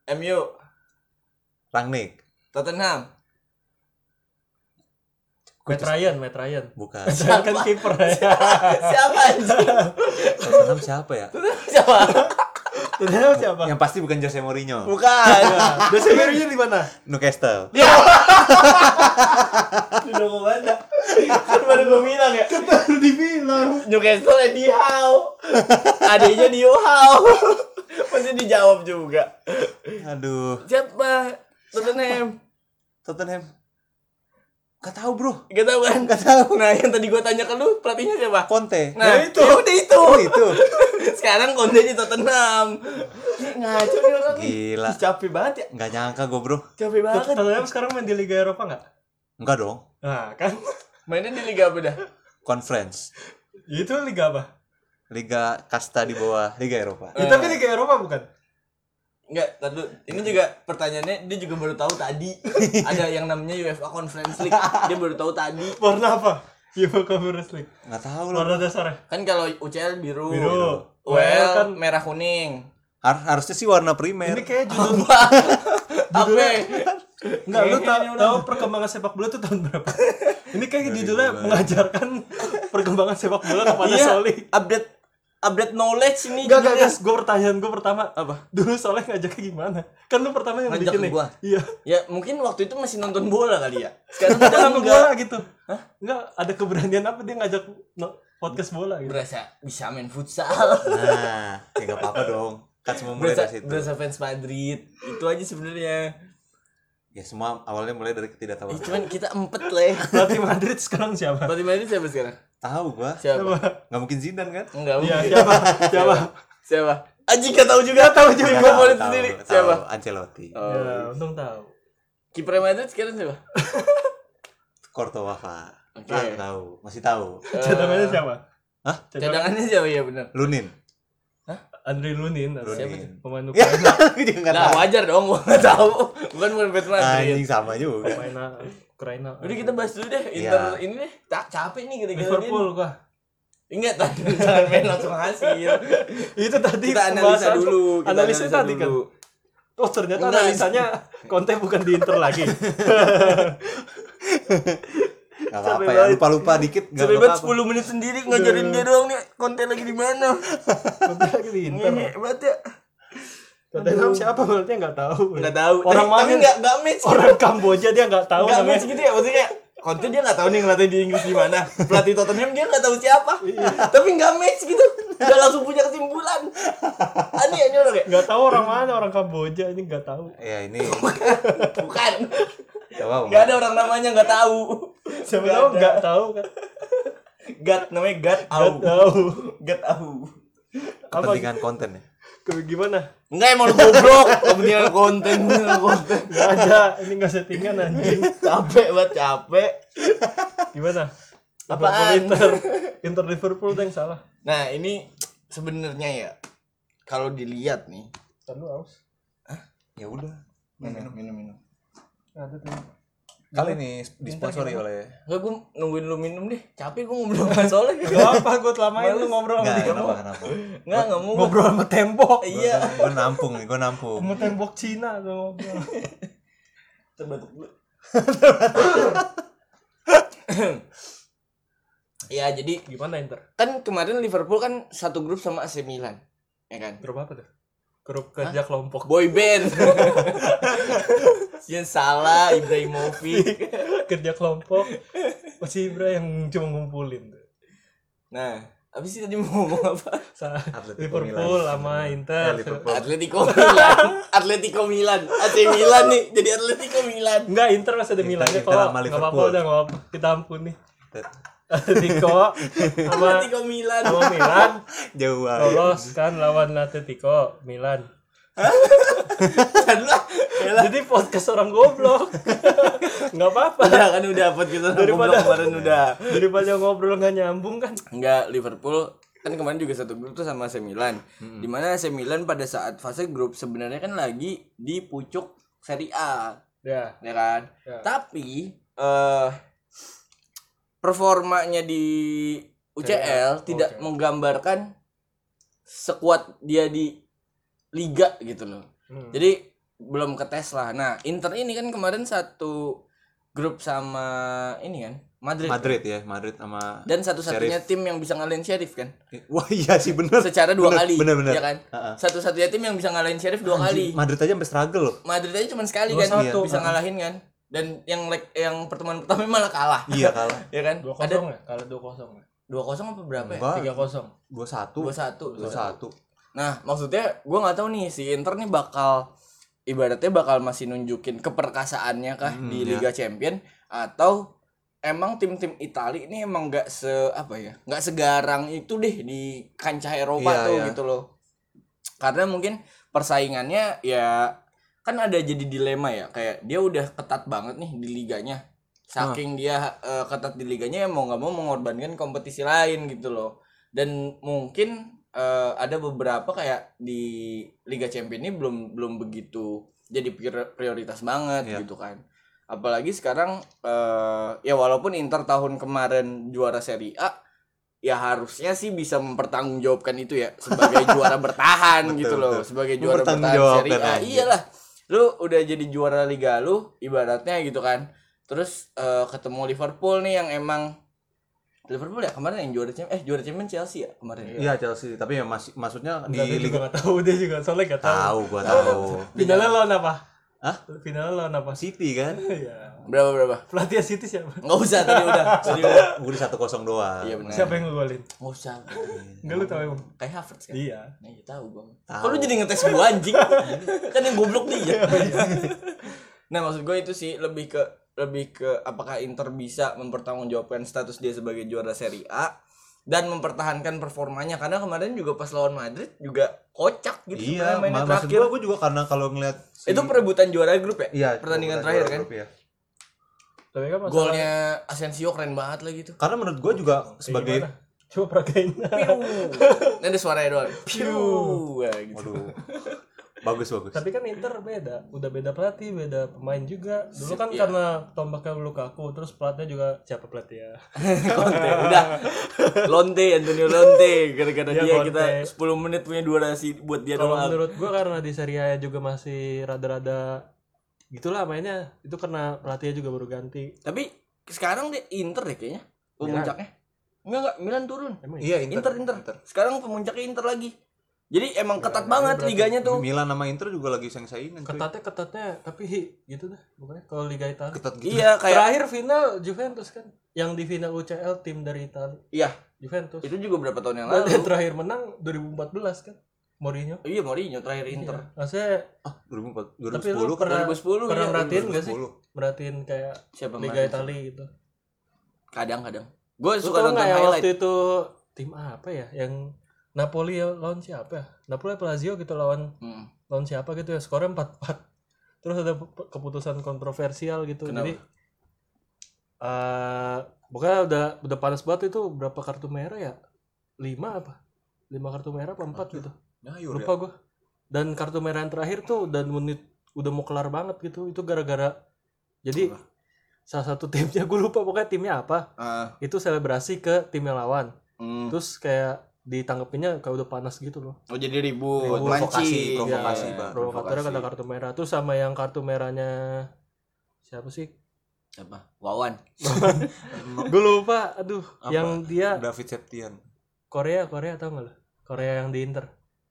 Rangnick. Tottenham. Matt Ryan. Bukan. Ryan kan kiper ya. Siapa anjing? Tottenham siapa ya? Siapa? Tottenham siapa? Yang pasti bukan Jose Mourinho. Bukan. Jose Mourinho di mana? Newcastle. Udah mau mana? Kan baru gue bilang ya. Baru dibilang. Newcastle Eddie Howe. Adanya Dio Howe. Masih dijawab juga. Aduh. Siapa? Tottenham. Tottenham. Gak tahu bro. Gak tau kan? Gak tahu. Nah, yang tadi gue tanya ke lu, pelatihnya siapa? Conte. Nah, itu. ya udah itu. Oh itu. Sekarang Conte di Tottenham. Ngaco nih orang nih. Gila. Capek banget ya. Nggak nyangka gue bro. Capek banget. Tottenham sekarang main di Liga Eropa nggak? Enggak dong. Nah kan, Mainnya di Liga apa dah? Conference. itu Liga apa? Liga kasta di bawah Liga Eropa. Itu kan Liga Eropa bukan? Enggak, tadi ini juga pertanyaannya dia juga baru tahu tadi ada yang namanya UEFA Conference League. Dia baru tahu tadi. Warna apa? UEFA Conference League. Nggak tahu loh. Warna dasarnya. Kan kalau UCL biru, Biru. UEL kan merah kuning. Harusnya sih warna primer. ini kayak judul Apa? Enggak, lu Kayaknya tahu perkembangan sepak bola tuh tahun berapa? Ini kayak judulnya mengajarkan perkembangan sepak bola kepada Soli. Update knowledge ini. Enggak, judulnya. gue pertanyaan gue pertama. Apa? Dulu Soleh ngajaknya gimana? Kan lu pertama yang Ngajak bikin nih. gua? Iya. Ya mungkin waktu itu masih nonton bola kali ya. Sekarang Udah udah nonton enggak. bola gitu. Hah? Enggak, ada keberanian apa dia ngajak podcast bola gitu. Berasa bisa main futsal. Nah, ya nggak apa-apa dong. Kan semua mulai dari situ. Berasa fans Madrid. Itu aja sebenarnya. Ya semua awalnya mulai dari ketidaktahuan. Cuman kita empet lah. Pelatih Madrid sekarang siapa? Pelatih Madrid siapa sekarang? Tahu gua. Siapa? Nggak mungkin Zidane kan? Enggak Iya, mungkin. siapa? Siapa? Siapa? Anjing gak tahu juga. Tahu juga. Gua mau lihat Tahu, sendiri. tahu. Siapa? Ancelotti. Ya, untung tahu. Kiper Madrid sekarang siapa? Courtois, Pak. Oke. Tahu, masih tahu. Cadangannya siapa? Hah? Cadangannya siapa ya benar? Lunin. Andriy Lunin. Lunin. Pemain Ya, Ukraina. aku juga nggak Nah, tahu. wajar dong gua enggak tahu. Bukan fans Madrid. Anjing sama juga. Pemain Ukraina. Udah kita bahas dulu deh Inter Iya. ini deh. Capek nih kita Liverpool gua. Ingat tadi jangan main langsung hasil. Itu tadi Kita analisa pembahasan. dulu. Analisa tadi kan. Oh ternyata Enggak. analisanya Conte bukan di Inter lagi. Gak apa-apa ya, lupa-lupa dikit gak Sampai apa-apa. 10 menit sendiri ngajarin dia doang nih konten lagi di mana. Conte lagi di Inter. Hebat ya. Tottenham siapa berarti nggak tahu. Enggak tahu. Orang tapi mana? enggak match. Orang Kamboja dia nggak tahu Enggak namanya. match gitu ya maksudnya. Conte dia nggak tahu nih ngelatih di Inggris di mana. Pelatih Tottenham dia nggak tahu siapa. Tapi nggak match gitu. Udah langsung punya kesimpulan. Aneh orang ya. Nggak tahu orang mana, orang Kamboja ini nggak tahu. Ya ini Bukan. coba Nggak ada orang namanya nggak tahu. Siapa tahu nggak tahu kan? Gat namanya Gat Au. Nggak tahu. Gat Au. kepentingan konten ya. Gimana? Enggak emang lu goblok. Kepentingan konten. Nggak ada. Ini nggak settingan anjing. Capek banget capek. Gimana? Apaan? Inter Liverpool yang salah. Nah ini sebenarnya ya kalau dilihat nih. Lalu aus. Ya udah. Minum. Ada tuh. Kali ini disponsori oleh Enggak, gue nungguin lu minum deh. Capek gue ngobrol sama Soleh. Gak apa, gue lamain lu ngobrol sama dia. kenapa. Enggak mau. Ngobrol sama tembok. Iya. Gue nampung nih, gue nampung. Sama tembok Cina tuh ngobrol. Terbatuk dulu. Ya jadi Gimana Inter? kan kemarin Liverpool kan satu grup sama AC Milan, ya kan? Grup apa tuh? Grup kerja kelompok. Boy band. Yang salah Ibrahimovic. Kerja kelompok. Masih Ibra yang cuma ngumpulin tuh. Nah, habis sih tadi mau ngomong apa? Atletico Liverpool Milan. sama Inter. Liverpool. Atletico Milan, AC Milan nih, jadi Atletico Milan. Enggak, Inter masih ada Milan ya. Inter Kalau sama enggak apa-apa Liverpool. udah enggak apa-apa. Kita ampun nih. Atletico sama Atletico Milan. Milan Jauh banget. lolos kan lawan Atletico Milan. Kan lah. Jadi podcast orang goblok. Enggak apa-apa. Udah podcast Daripada- kemarin udah. Daripada ngobrol enggak nyambung kan. Enggak, Liverpool kan kemarin juga satu grup tuh sama AC Milan. Dimana AC Milan pada saat fase grup sebenarnya kan lagi di pucuk Serie A, Ya. ya kan? Ya. Tapi performanya di UCL tidak Oke. menggambarkan sekuat dia di liga gitu loh. Jadi belum ketes lah. Nah, Inter ini kan kemarin satu grup sama ini kan, Madrid sama dan satu-satunya tim yang bisa ngalahin Sheriff kan. wah iya sih bener. Secara dua kali. Bener. Ya kan? Satu-satunya tim yang bisa ngalahin Sheriff dua kali. Madrid aja sampai struggle loh. Madrid aja cuma sekali kan 2-1. bisa ngalahin kan. Dan yang pertemuan pertama malah kalah. Iya kalah. Ya kan? 2-0 Ada ya? Kalau 2-0 ya? 2-0 apa berapa ya? Enggak. 3-0. 2-1. Nah, maksudnya gue nggak tahu nih si Inter nih ibaratnya bakal masih nunjukin keperkasaannya kah di Liga Champion atau emang tim-tim Italia ini emang nggak segarang itu deh di kancah Eropa Iya, tuh iya. gitu loh. Karena mungkin persaingannya ya kan ada jadi dilema ya, kayak dia udah ketat banget nih di liganya. Saking dia ketat di liganya ya mau nggak mau mengorbankan kompetisi lain gitu loh. Dan mungkin ada beberapa kayak di Liga Champions ini belum begitu jadi prioritas banget Iya. gitu kan. Apalagi sekarang ya walaupun Inter tahun kemarin juara Serie A ya harusnya sih bisa mempertanggungjawabkan itu ya sebagai juara bertahan gitu loh, sebagai juara bertahan Serie A. Iyalah. Lu udah jadi juara liga lu ibaratnya gitu kan. Terus ketemu Liverpool nih yang emang Liverpool ya kemarin yang juara Champions Chelsea ya kemarin. Iya Chelsea, tapi ya maksudnya di Dia juga liga nggak tahu, dia juga soalnya nggak tahu. gua tahu. Finalnya lawan apa? Hah? Finalnya lawan apa? City kan? Iya. Berapa? Pelatih City siapa? Enggak usah tadi udah. Gue di 1-0 doang. Iya benar. Siapa yang ngegolin? Enggak usah. Enggak lu tahu emang? Kayak Havertz kan? Iya. Nah, iya tahu Bang. Tahu. Kok lu jadi ngetes gua anjing? Kan yang goblok dia. Nah, maksud gue itu sih lebih ke apakah Inter bisa mempertanggungjawabkan status dia sebagai juara Serie A dan mempertahankan performanya, karena kemarin juga pas lawan Madrid juga kocak gitu Iya, mainnya maksud terakhir. gue juga karena kalau ngeliat Itu perebutan juara grup ya? iya, Pertandingan perebutan terakhir juara kan? grup, ya. Tapi kan masalah Golnya Asensio keren banget lah gitu. Karena menurut gue juga sebagai gimana? Coba peragain. Piu. Ini ada suaranya doang. Piu. Wah, gitu. waduh. Bagus. Tapi kan Inter beda, udah beda pelatih, beda pemain juga. Dulu kan Iya. karena tombaknya Lukaku, terus pelatihnya juga siapa pelatih ya? Conte udah. Antonio Lonte gara-gara Iya, dia Conte. kita 10 menit punya durasi buat dia Kalau doang. menurut gua karena di Serie A juga masih rada-rada gitulah mainnya. Itu karena pelatihnya juga baru ganti. Tapi sekarang deh Inter deh kayaknya pemuncaknya. Enggak Milan turun. Emang Iya, Inter. Sekarang pemuncaknya Inter lagi. Jadi emang ketat banget berarti. liganya tuh. Milan sama Inter juga lagi saing-saingan. cuy. ketatnya tapi gitu dah pokoknya kalau Liga Italia. Ketat gitu. Iya kayak Terakhir final Juventus kan, yang di final UCL tim dari Italia. iya, Juventus. itu juga berapa tahun yang Dan lalu. yang terakhir menang 2014 kan, Mourinho. Iya, Mourinho terakhir Inter. Iya. Maksudnya 2004, tapi lu 2010 kan. pernah 2010 pernah ya, merhatiin nggak sih? 2010. Merhatiin kayak Siapa Liga main? Italia gitu. Kadang-kadang. Gue Lu suka tau nonton nggak yang highlight. waktu itu tim apa ya yang Napoli lawan siapa ya? Napoli apa Lazio gitu lawan siapa gitu ya, skornya 4-4. Terus ada keputusan kontroversial gitu. Kenapa? Jadi pokoknya udah panas banget itu, berapa kartu merah ya? 5 apa? 5 kartu merah apa 4 gitu. Nyayur Lupa gua. Dan kartu merah yang terakhir tuh dan menit udah mau kelar banget gitu. Itu gara-gara jadi salah satu timnya, gue lupa pokoknya timnya apa. Itu selebrasi ke tim yang lawan. Terus kayak ditanggepinnya kayak udah panas gitu loh. Oh jadi ribut, Provokasi, mancing. provokasi, Ya, Bang. provokatornya kena kartu merah. Terus sama yang kartu merahnya siapa sih? Apa? Wawan. Gue lupa. Aduh, Apa? yang dia David Septian. Korea tau gak lo? Korea yang di Inter.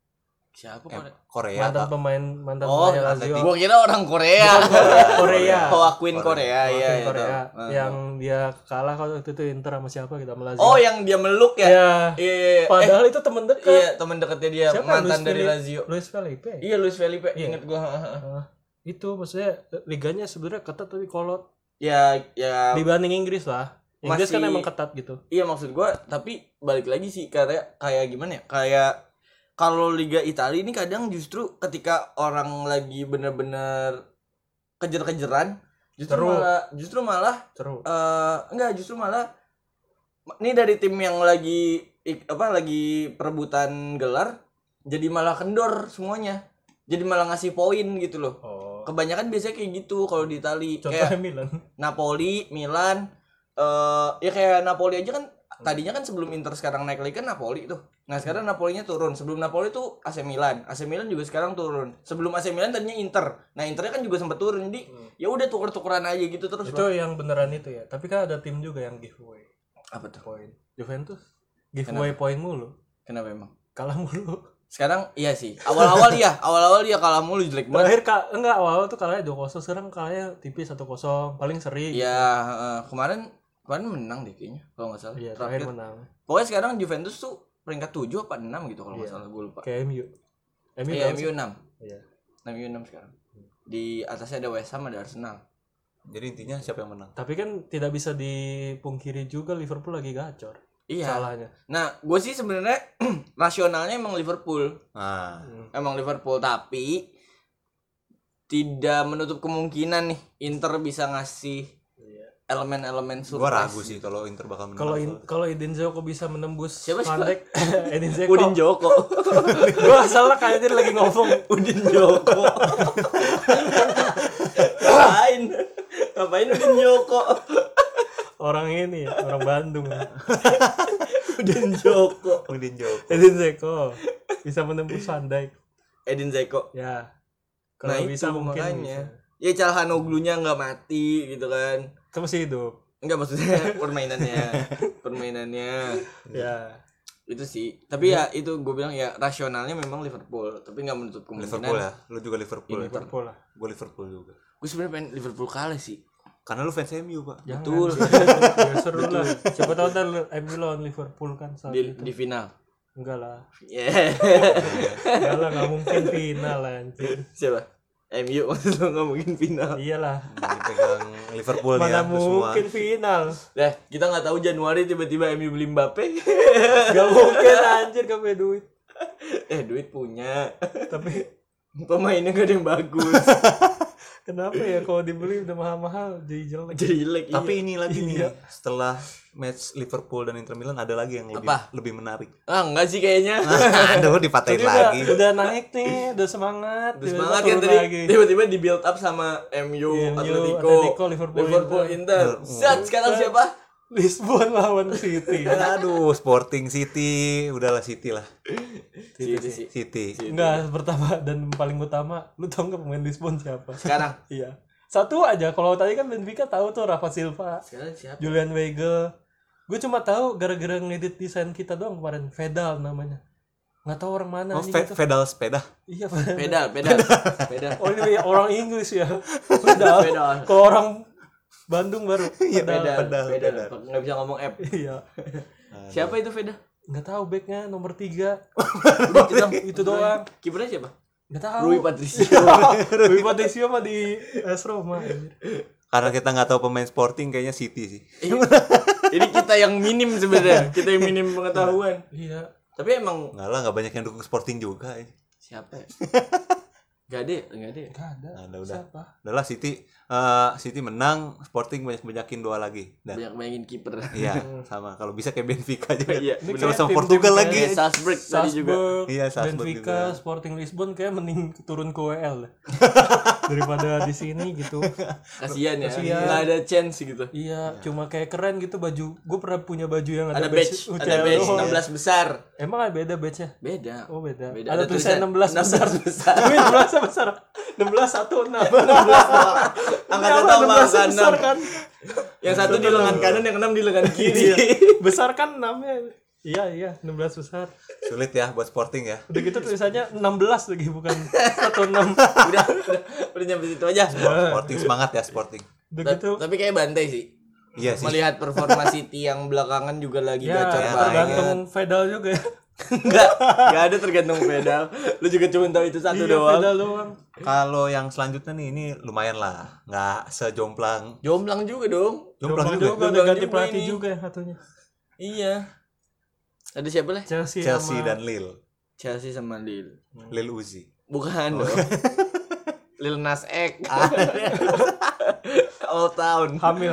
Siapa Eh, Korea? Korea Mantan Pak. pemain Oh, pemain Lazio. gua kira orang Korea. Korea. Oh, Queen Korea, iya. Waktu Korea tahu. yang dia kalah kalau waktu itu Inter sama siapa gitu, sama Lazio. Oh, yang dia meluk ya? ya. Iya. Padahal itu temen dekat. Iya, teman dekatnya dia, Siapa? mantan dari Lazio. Luis Felipe. Iya, Luis Felipe. Iya. Ingat gua. Itu maksudnya liganya sebenarnya ketat tapi kolot Ya, dibanding Inggris lah. Inggris kan Masih- emang ketat gitu. iya maksud gua, tapi balik lagi sih kayak gimana ya? Kayak kalau Liga Italia ini kadang justru ketika orang lagi bener-bener kejar-kejaran, Seru. justru malah Seru. enggak, justru malah ini dari tim yang lagi lagi perebutan gelar jadi malah kendor semuanya. Jadi malah ngasih poin gitu loh. Oh. Kebanyakan biasanya kayak gitu kalau di Italia. Contohnya Kayak Milan. Napoli, Milan, ya kayak Napoli aja kan tadinya kan sebelum Inter sekarang naik lagi kan Napoli tuh. Nah, sekarang Napolinya turun. Sebelum Napoli tuh AC Milan. AC Milan juga sekarang turun. Sebelum AC Milan tadinya Inter. Nah, Internya kan juga sempat turun. Jadi ya udah tuker-tukeran aja gitu terus. Itu yang beneran itu ya. Tapi kan ada tim juga yang giveaway Apa tuh? poin. Juventus giveaway poin mulu. Kenapa emang? Kalah mulu. Sekarang iya sih. Awal-awal dia kalah mulu jelek banget. Terakhir enggak, awal tuh kalahnya 2-0, sekarang kalahnya tipis 1-0, paling seri. Iya, kemarin menang deh kayaknya kalau nggak salah. Iya, terakhir menang. Pokoknya sekarang Juventus tuh peringkat 7 apa 6 gitu kalau nggak Iya. salah, gue lupa. Kayak MU. Iya, berapa MU sih? 6. Iya. 6 sekarang. Di atasnya ada West Ham, ada Arsenal. Jadi intinya siapa yang menang? Tapi kan tidak bisa dipungkiri juga Liverpool lagi gacor. Iya. Salahnya. Nah, gue sih sebenarnya rasionalnya emang Liverpool. Nah, Emang Liverpool, tapi tidak menutup kemungkinan nih Inter bisa ngasih elemen-elemen surprise. gua ragu sih kalau Inter bakal menang. Kalau Edin Dzeko bisa menembus Siapa sih, Van Dijk, Edin Dzeko. Udin Joko. Gua salah kayaknya dia lagi ngomong. Udin Joko. Ngapain Udin Joko? Orang ini ya, orang Bandung. Udin Joko. Udin Joko. Edin Dzeko bisa menembus Van Dijk. Edin Dzeko. Ya. Nah, Kalau itu bisa mungkin makanya. bisa. Ya Calhanoglu-nya nggak mati gitu kan. Kan masih hidup. Enggak, maksudnya permainannya Ya. itu sih. Tapi ya itu gue bilang ya rasionalnya memang Liverpool, tapi nggak menutup kemungkinan Liverpool ya. Lu juga Liverpool. Ya? Liverpool lah. Gua Liverpool juga. Gue sebenarnya pengen Liverpool kalah sih. Karena lu fans MU, Pak. Jangan, Betul. biar seru lah. Siapa tahu ntar MU lawan Liverpool kan saat itu. Di final. Enggak lah. Yeah. Enggak lah, enggak mungkin final anjir. Siapa? MU maksud lo nggak mungkin final. Iyalah. Yang pegang Liverpool nih Mana ya, lu semua. mungkin final. Nah, kita nggak tahu Januari tiba-tiba MU beli Mbappe. Gak mungkin anjir, gak punya duit. Duit punya. Tapi Pemainnya gak ada yang bagus. Kenapa ya kalau dibeli udah mahal-mahal jadi jelek. Tapi ini lagi nih setelah match Liverpool dan Inter Milan ada lagi yang lebih menarik. Enggak sih kayaknya. Aduh dipatahin Jadi lagi. udah naik nih, udah semangat. Semangat kan tadi tiba-tiba di build up sama MU, Atletico, Liverpool, Inter. Sekarang siapa? Lisbon lawan City. Aduh, Sporting City, udahlah City lah. City. Enggak, pertama dan paling utama, lu tau nggak pemain Lisbon siapa? Sekarang. Iya. Satu aja. Kalau tadi kan Benfica tahu tuh Rafa Silva, Sekarang siapa? Julian Weigl. Gue cuma tahu gara-gara ngedit desain kita doang kemarin. Vedal namanya. Nggak tahu orang mana. Pedal sepeda. Iya, Pedal. Oh ini orang Inggris ya. Vedal. Kalau orang Bandung baru. Pedal. Nggak bisa ngomong app. Iya. Siapa itu Veda? Nggak tahu backnya nomor 3. Itu doang. Kipernya siapa? Nggak tahu. Rui Patricio. Rui Patricio mah di AS Roma. Karena kita nggak tahu pemain Sporting kayaknya City sih. Ini kita yang minim sebenarnya. Kita yang minim pengetahuan. Iya. Tapi emang nggak banyak yang dukung Sporting juga. Siapa ya? Gak ada. Udah. Siapa? Udahlah City menang, Sporting banyakin 2 lagi. Banyak-banyakin kiper. Iya, sama. Kalau bisa kayak Benfica juga. Iya. Sama Portugal lagi. Salzburg tadi juga. Iya, Salzburg Benfica, juga. Sporting Lisbon kayak mending turun ke WL daripada di sini gitu. Kasian ya. Nggak ada chance gitu. Iya, cuma kayak keren gitu baju. Gue pernah punya baju yang Ada badge 16 besar. Emang ada beda badge-nya? Beda. Oh, beda. Ada Ada tulisan 16 besar. 16 besar. 16 besar. 16 16. Angkatan tambah besar kan. Yang satu di lengan kanan, yang 6 di lengan kiri. Besar kan 6-nya. Iya, 16 besar. Sulit ya buat Sporting ya. Udah gitu tulisannya 16 lagi bukan 16. Udah nyampe situ aja. Sporting semangat ya Sporting. Udah gitu. Tapi kayak bantai sih. Iya sih. Melihat performa City yang belakangan juga lagi gacor banget. Tergantung Vedal juga ya. Enggak ada tergantung pedal. Lu juga cuma tahu itu satu doang. Pedal doang. Kalau yang selanjutnya nih ini lumayan lah, nggak sejomplang. Jomplang juga dong. Jomplang juga udah ganti pelatih juga ya satunya. Iya. Ada siapa lah? Chelsea dan Lille. Chelsea sama Lille. Lille Uzi. Bukan dong. Lil Nas X. All Town. Hamil.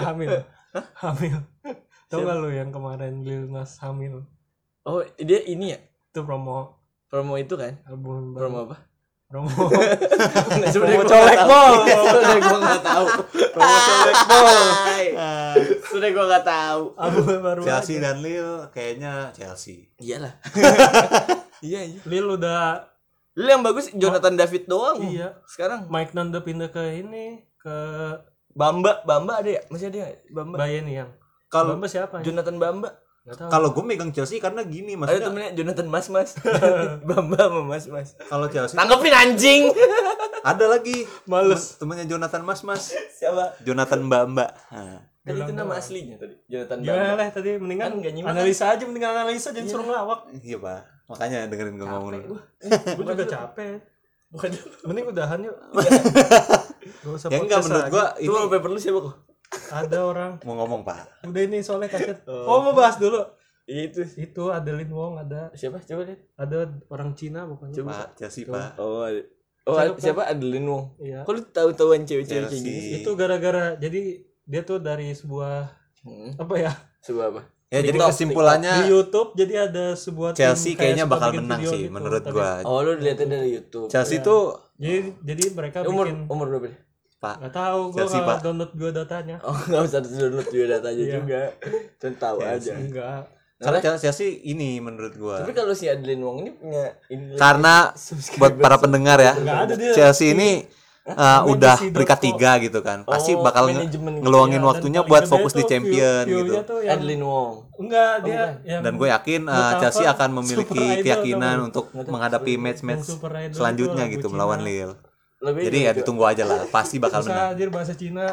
Tahu nggak lo yang kemarin Lil Nas hamil? Oh, dia ini ya? Itu promo itu kan? album Promo apa? Promo Sebenarnya colek bol. Sudah gue nggak tahu. Promo colek bol. Sudah gue nggak tahu. Album baru. Chelsea dan Lille kayaknya Chelsea. Iyalah. Iya. Lil udah. Lil yang bagus Jonathan David doang. Iya. Sekarang Mike Nanda pindah ke ini ke Bamba ada ya? Masih ada ya? Bamba. Bayern yang. Kalau Bamba siapa? Jonathan Bamba. Kalau gue megang Chelsea karena gini Ada maksudnya. temennya Jonathan Mas. Bamba sama Mas. Kalau Chelsea Tanggepin anjing. ada lagi Males. temennya Jonathan Mas. Siapa? Jonathan Mbak. Tadi itu nama aslinya tadi. Jonathan Gimana Bamba. lah tadi mendingan Kan nggak nyimak. analisa aja, mendingan analisa jangan suruh ngelawak. Iya pak. Makanya dengerin gue ngomong. Gue juga capek. Bukan. Mending udahan yuk. Gak usah Ya enggak podcast menurut lagi. gue Itu ini mau paper lu siapa kok? Ada orang. mau ngomong pak. Udah ini soalnya kaset. Oh mau bahas dulu. Itu Adeline Wong ada. siapa? Coba lihat. Ada orang Cina bukan? Pak Chelsea pak. Siapa? Adeline Wong. Iya. Kok lu tahu-tahuan cewek-cewek kayak Chelsea. gini? Itu gara-gara jadi dia tuh dari sebuah apa ya? Coba apa? Ya jadi TikTok, kesimpulannya Di YouTube jadi ada sebuah tim Chelsea kayak kayaknya suka bakal bikin menang video sih gitu. menurut Tapi- gue. Oh, lu dilihatnya dari YouTube. Chelsea tuh Jadi mereka Umur bikin berapa deh? pak. nggak tahu gue Chelsea, nggak Pak. download gue datanya. Oh, enggak usah download juga datanya Iya. juga. Dan tahu aja. Enggak. Karena Chelsea ini menurut gue. Tapi kalau si Adeline Wong ini punya ini Karena buat para pendengar ya, Nggak ada dia. Chelsea ini udah Manchester.com. peringkat 3 gitu kan. Pasti Oh, bakal manajemen ngeluangin Iya, waktunya dan buat paling fokus gede di tuh champion view-nya gitu. tuh yang- Adeline Wong. Enggak dia yang Dan gue yakin Nge-cover Chelsea akan Super memiliki Idol keyakinan namanya. untuk menghadapi match-match Yang Super Idol selanjutnya itu gitu lagu melawan Cina. Lille. Lebih Jadi ya ditunggu aja lah, pasti bakal bisa menang. anjir bahasa Cina.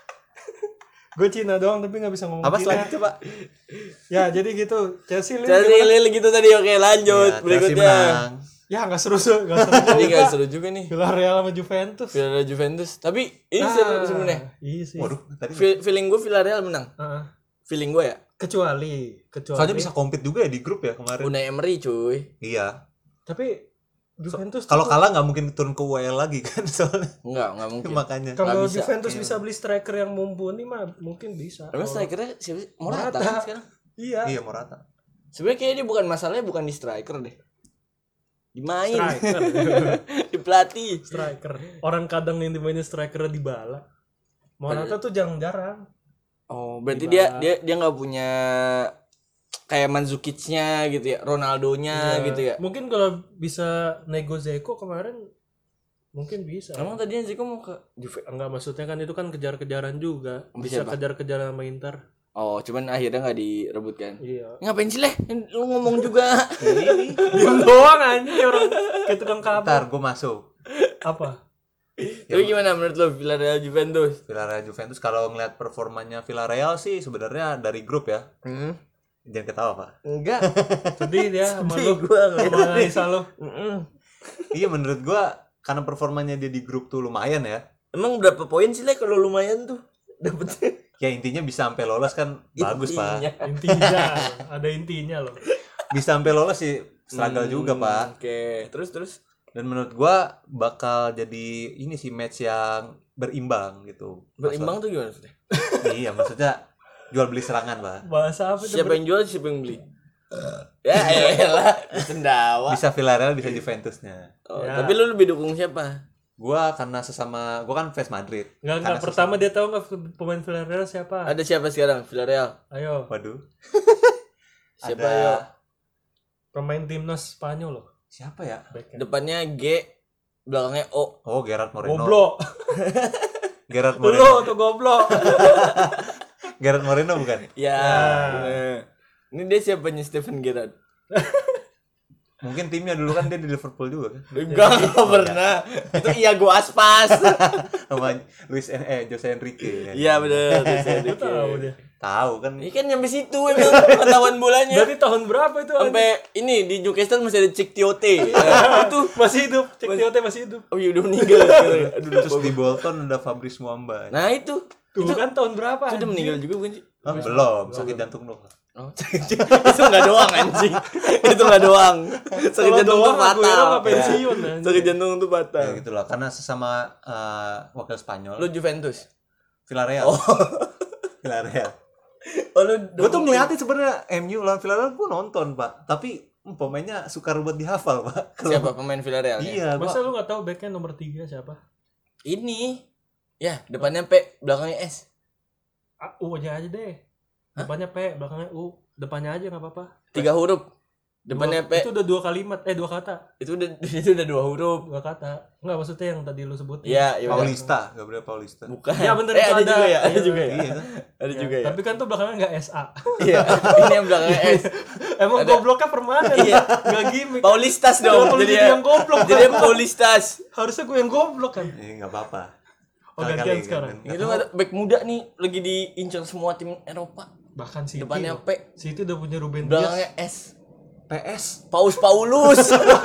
Gue Cina doang tapi nggak bisa ngomong Apa Cina. selanjutnya Pak? Ya jadi gitu. Chelsea Lil gitu tadi. Oke, lanjut. Ya, Chelsea Berikutnya. menang. Ya nggak seru nggak seru. Tadi enggak seru juga nih. Villarreal sama Juventus. Villarreal Juventus. Tapi ini seru sebenarnya. Iya sih. Waduh, tadi. Feeling gue Villarreal menang. Heeh. Feeling gue ya. Kecuali Soalnya bisa compete juga ya di grup ya kemarin. Unai Emery cuy. Iya. Tapi Juventus Kalau kalah nggak mungkin turun ke UEL lagi kan soalnya. Enggak mungkin. Makanya. kalau bisa. Juventus bisa beli striker yang mumpuni mah mungkin bisa. Emang strikernya siapa sih? Morata kan sekarang. Iya. Iya Morata. Sebenarnya kayaknya dia bukan masalahnya bukan di striker deh. Dimain. Striker. Di pelatih. Striker. Orang kadang yang dimainin striker Dybala. Morata tuh jarang-jarang. Oh, berarti dia nggak punya kayak Mandzukic-nya gitu ya, Ronaldo-nya gitu ya. Mungkin kalau bisa nego Zeko kemarin mungkin bisa. Emang tadinya Zico mau ke Juve? Enggak, maksudnya kan itu kan kejar-kejaran juga. Bisa Siapa? kejar-kejaran sama Inter. Oh, cuman akhirnya nggak direbutkan. Iya. Ngapain sih leh? Lu ngomong juga. Diam doang anjing orang kayak tukang kabel. Ntar gue masuk. Apa? Tapi gimana menurut lo Villarreal Juventus? Villarreal Juventus kalau ngeliat performanya Villarreal sih sebenarnya dari grup ya. Jangan ketawa Pak. Enggak. Sedih dia sama lu. Gua Sama Anissa lu. Iya menurut gue karena performanya dia di grup tuh lumayan ya. Emang berapa poin sih leh kalau lumayan tuh dapetnya? Ya intinya bisa sampai lolos kan bagus Pak. Intinya ada intinya loh. Bisa sampai lolos sih struggle juga Pak. Oke, terus. Dan menurut gua bakal jadi ini sih match yang berimbang gitu. Berimbang tuh gimana sih? Iya maksudnya jual beli serangan Pak. Bahasa apa itu? Siapa yang jual, siapa yang beli? Ya elah, sendawa. Bisa Villarreal bisa Juventusnya. Oh, Ya. tapi lu lebih dukung siapa? Gua karena gua kan fans Madrid. Enggak pertama dia tahu enggak pemain Villarreal siapa? Ada siapa sekarang? Villarreal. Ayo, Waduh. Siapa Ada- yo? pemain timnas Spanyol loh. Siapa ya? Backnya. Depannya G, belakangnya O. Oh, Gerard Moreno. Goblok. Gerard Lu Moreno. tuh goblok. Gerard Moreno bukan? Ya. Ini dia siapanya Steven Gerrard? Mungkin timnya dulu kan dia di Liverpool juga kan. Enggak pernah. Itu Iago Aspas. Sama Jose Enrique. kan? Iya benar. Lu tahu dia. Tahu kan. Ini kan nyampe situ emang pengetahuan bolanya. Berarti tahun berapa itu? Sampai ini di Newcastle masih ada Cik Tiote. Itu masih hidup. Cek Tiote masih hidup. oh iya udah meninggal. Aduh, Terus di Bolton ada Fabrice Muamba. nah itu Tuh kan tahun berapa? itu udah meninggal juga bukan sih? Ah, belum, sakit jantung doang. Oh, itu nggak doang anjing. Itu nggak doang. Sakit Kalau jantung tuh doang Aguero fatal. nggak pensiun, anjing. Sakit jantung tuh Ya fatal. gitulah, karena sesama wakil Spanyol. Lu Juventus. Villarreal. Villarreal. Oh lu Gue tuh ngeliatin sebenarnya MU lawan Villarreal gue nonton Pak, tapi pemainnya sukar buat dihafal Pak. siapa pemain Villarreal? Iya, Masa gua lu nggak tahu backnya nomor 3 siapa? Ini. Ya, depannya P, belakangnya S. U-nya aja deh. Depannya P, belakangnya U. Depannya aja nggak apa-apa. 3 huruf. Depannya P. Itu udah 2 kalimat, 2 kata. Itu udah 2 huruf. 2 kata. Enggak, maksudnya yang tadi lu sebutin. Iya, ya udah. Paulista, Gabriel Paulista. Bukan. Ya, bener, ada itu ada. juga ya, ada Iya, juga ya. Iya kan? Ada juga ya. Tapi kan tuh belakangnya nggak SA. Iya, ini yang belakangnya S. Emang Ada. gobloknya permanen. Iya. Nggak gimmick. Paulistas dong. Kenapa lu Jadi jadi yang goblok? Jadi Paulistas. Harusnya gue yang goblok kan. Iya, enggak apa-apa. Oh, gantian sekarang. Itu ada back muda nih lagi diincar semua tim Eropa. Bahkan City. Depannya loh. P, City udah punya Ruben Dias. belakangnya S. PS. Paus Paulus.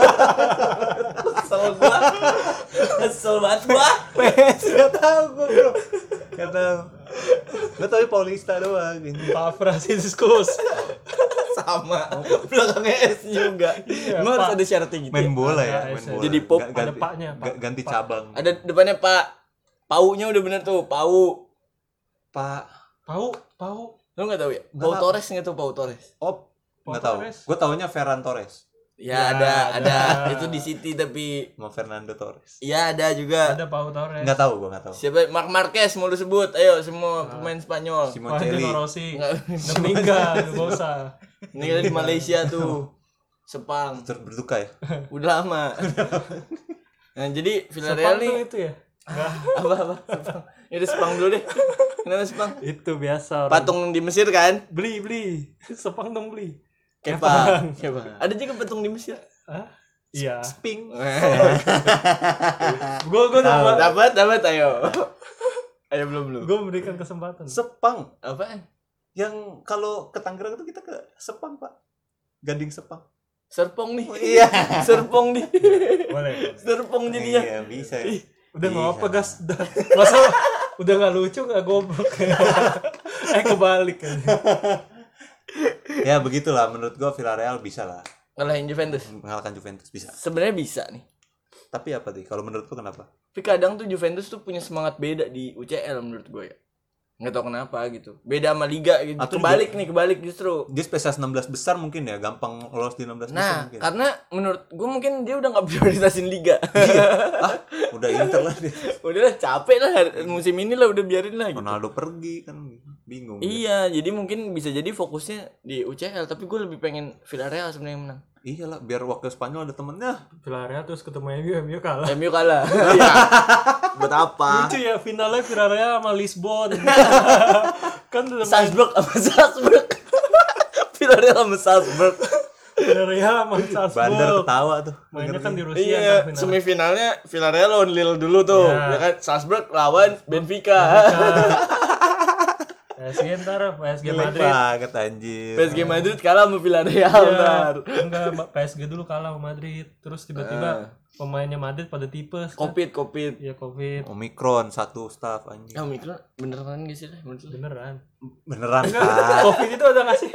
Kesel gua. Kesel banget gua. PS enggak tahu gue, Bro. Enggak tahu. Gue tahu Paulista doang ini. Pak Franciscus. Sama. Belakangnya S juga. Iya, Emang harus Pak. ada syaratnya gitu. Main bola ya, Ada main S-nya. bola. Jadi pop. Ada Paknya, Pak. Ganti cabang. Ada depannya Pak. Paunya udah bener tuh, Pau. Pak. Pau. Lu enggak tahu ya? Nggak Pau tahu. Torres enggak tahu Pau Torres. Oh, enggak Pau tahu. Torres. Gue taunya Ferran Torres Ya, Ya, ada. ada. Itu di City tapi sama Fernando Torres. ya ada juga. Ada Pau Torres. Enggak tahu, gue enggak tahu. Siapa? Marc Marquez mau lu sebut. Ayo semua pemain Spanyol. Simoncelli. Valentino Rossi. Nggak. Udah meninggal, gak usah. Ini di Malaysia tuh. Sepang. Turut berduka ya. Udah lama. Nah, jadi Sepang Villarreal tuh nih itu ya? Enggak. apa? Sepang. Ya udah Sepang dulu deh. Kenapa Sepang? Itu biasa. orang. Patung di Mesir kan? Beli. Sepang dong beli. Kepang. Ada juga patung di Mesir. Hah? Iya. Ping. Gue Dapat ayo. Ayo belum. gue memberikan kesempatan. Sepang. Apaan? Yang kalau ke Tangerang itu kita ke Sepang, Pak. Gading Sepang. Serpong nih. Iya. Serpong nih. Boleh. Serpong jadinya. Iya, bisa. Udah nggak apa Bisa. gas. Masa udah nggak lucu nggak goblok. Kebalik kan. Ya begitulah menurut gua Villarreal bisa lah. ngalahin Juventus. Mengalahkan Juventus bisa. Sebenarnya bisa nih. Tapi apa sih? Kalau menurut lu kenapa? Tapi kadang tuh Juventus tuh punya semangat beda di UCL menurut gue ya. Nggak tahu kenapa gitu. Beda sama liga gitu. Atau kebalik justru. Dia spesies 16 besar mungkin ya, gampang lolos di 16 besar Nah, mungkin. karena menurut gue mungkin dia udah nggak prioritasin liga. Udah Inter lah dia. Udah lah capek lah musim ini lah, udah biarin lah gitu. Ronaldo pergi kan bingung. Iya, jadi mungkin bisa jadi fokusnya di UCL, tapi gue lebih pengen Villarreal sebenarnya menang. Iyalah, biar wakil Spanyol ada temennya. Villarreal terus ketemu MU kalah. MU kalah. Iya. Buat apa? Lucu ya finalnya Villarreal sama Lisbon. Kan udah main Salzburg sama Salzburg. Villarreal sama Salzburg. Villarreal sama Salzburg. Bandar ketawa tuh. Mainnya kan di Rusia. Iya, kan final. semifinalnya Villarreal lawan Lille dulu tuh. Iya. Ya kan Salzburg lawan Benfica. PSG ntar PSG Jelek Madrid. banget anjir. PSG Madrid kalah sama Villarreal ntar. Enggak, PSG dulu kalah sama Madrid. Terus tiba-tiba pemainnya Madrid pada tipes. Kan? Covid. Iya Covid. Omikron satu staff anjir. Ya Omikron beneran gak sih lah menurut lu? Beneran. Beneran Enggak, kan? Covid itu ada nggak sih?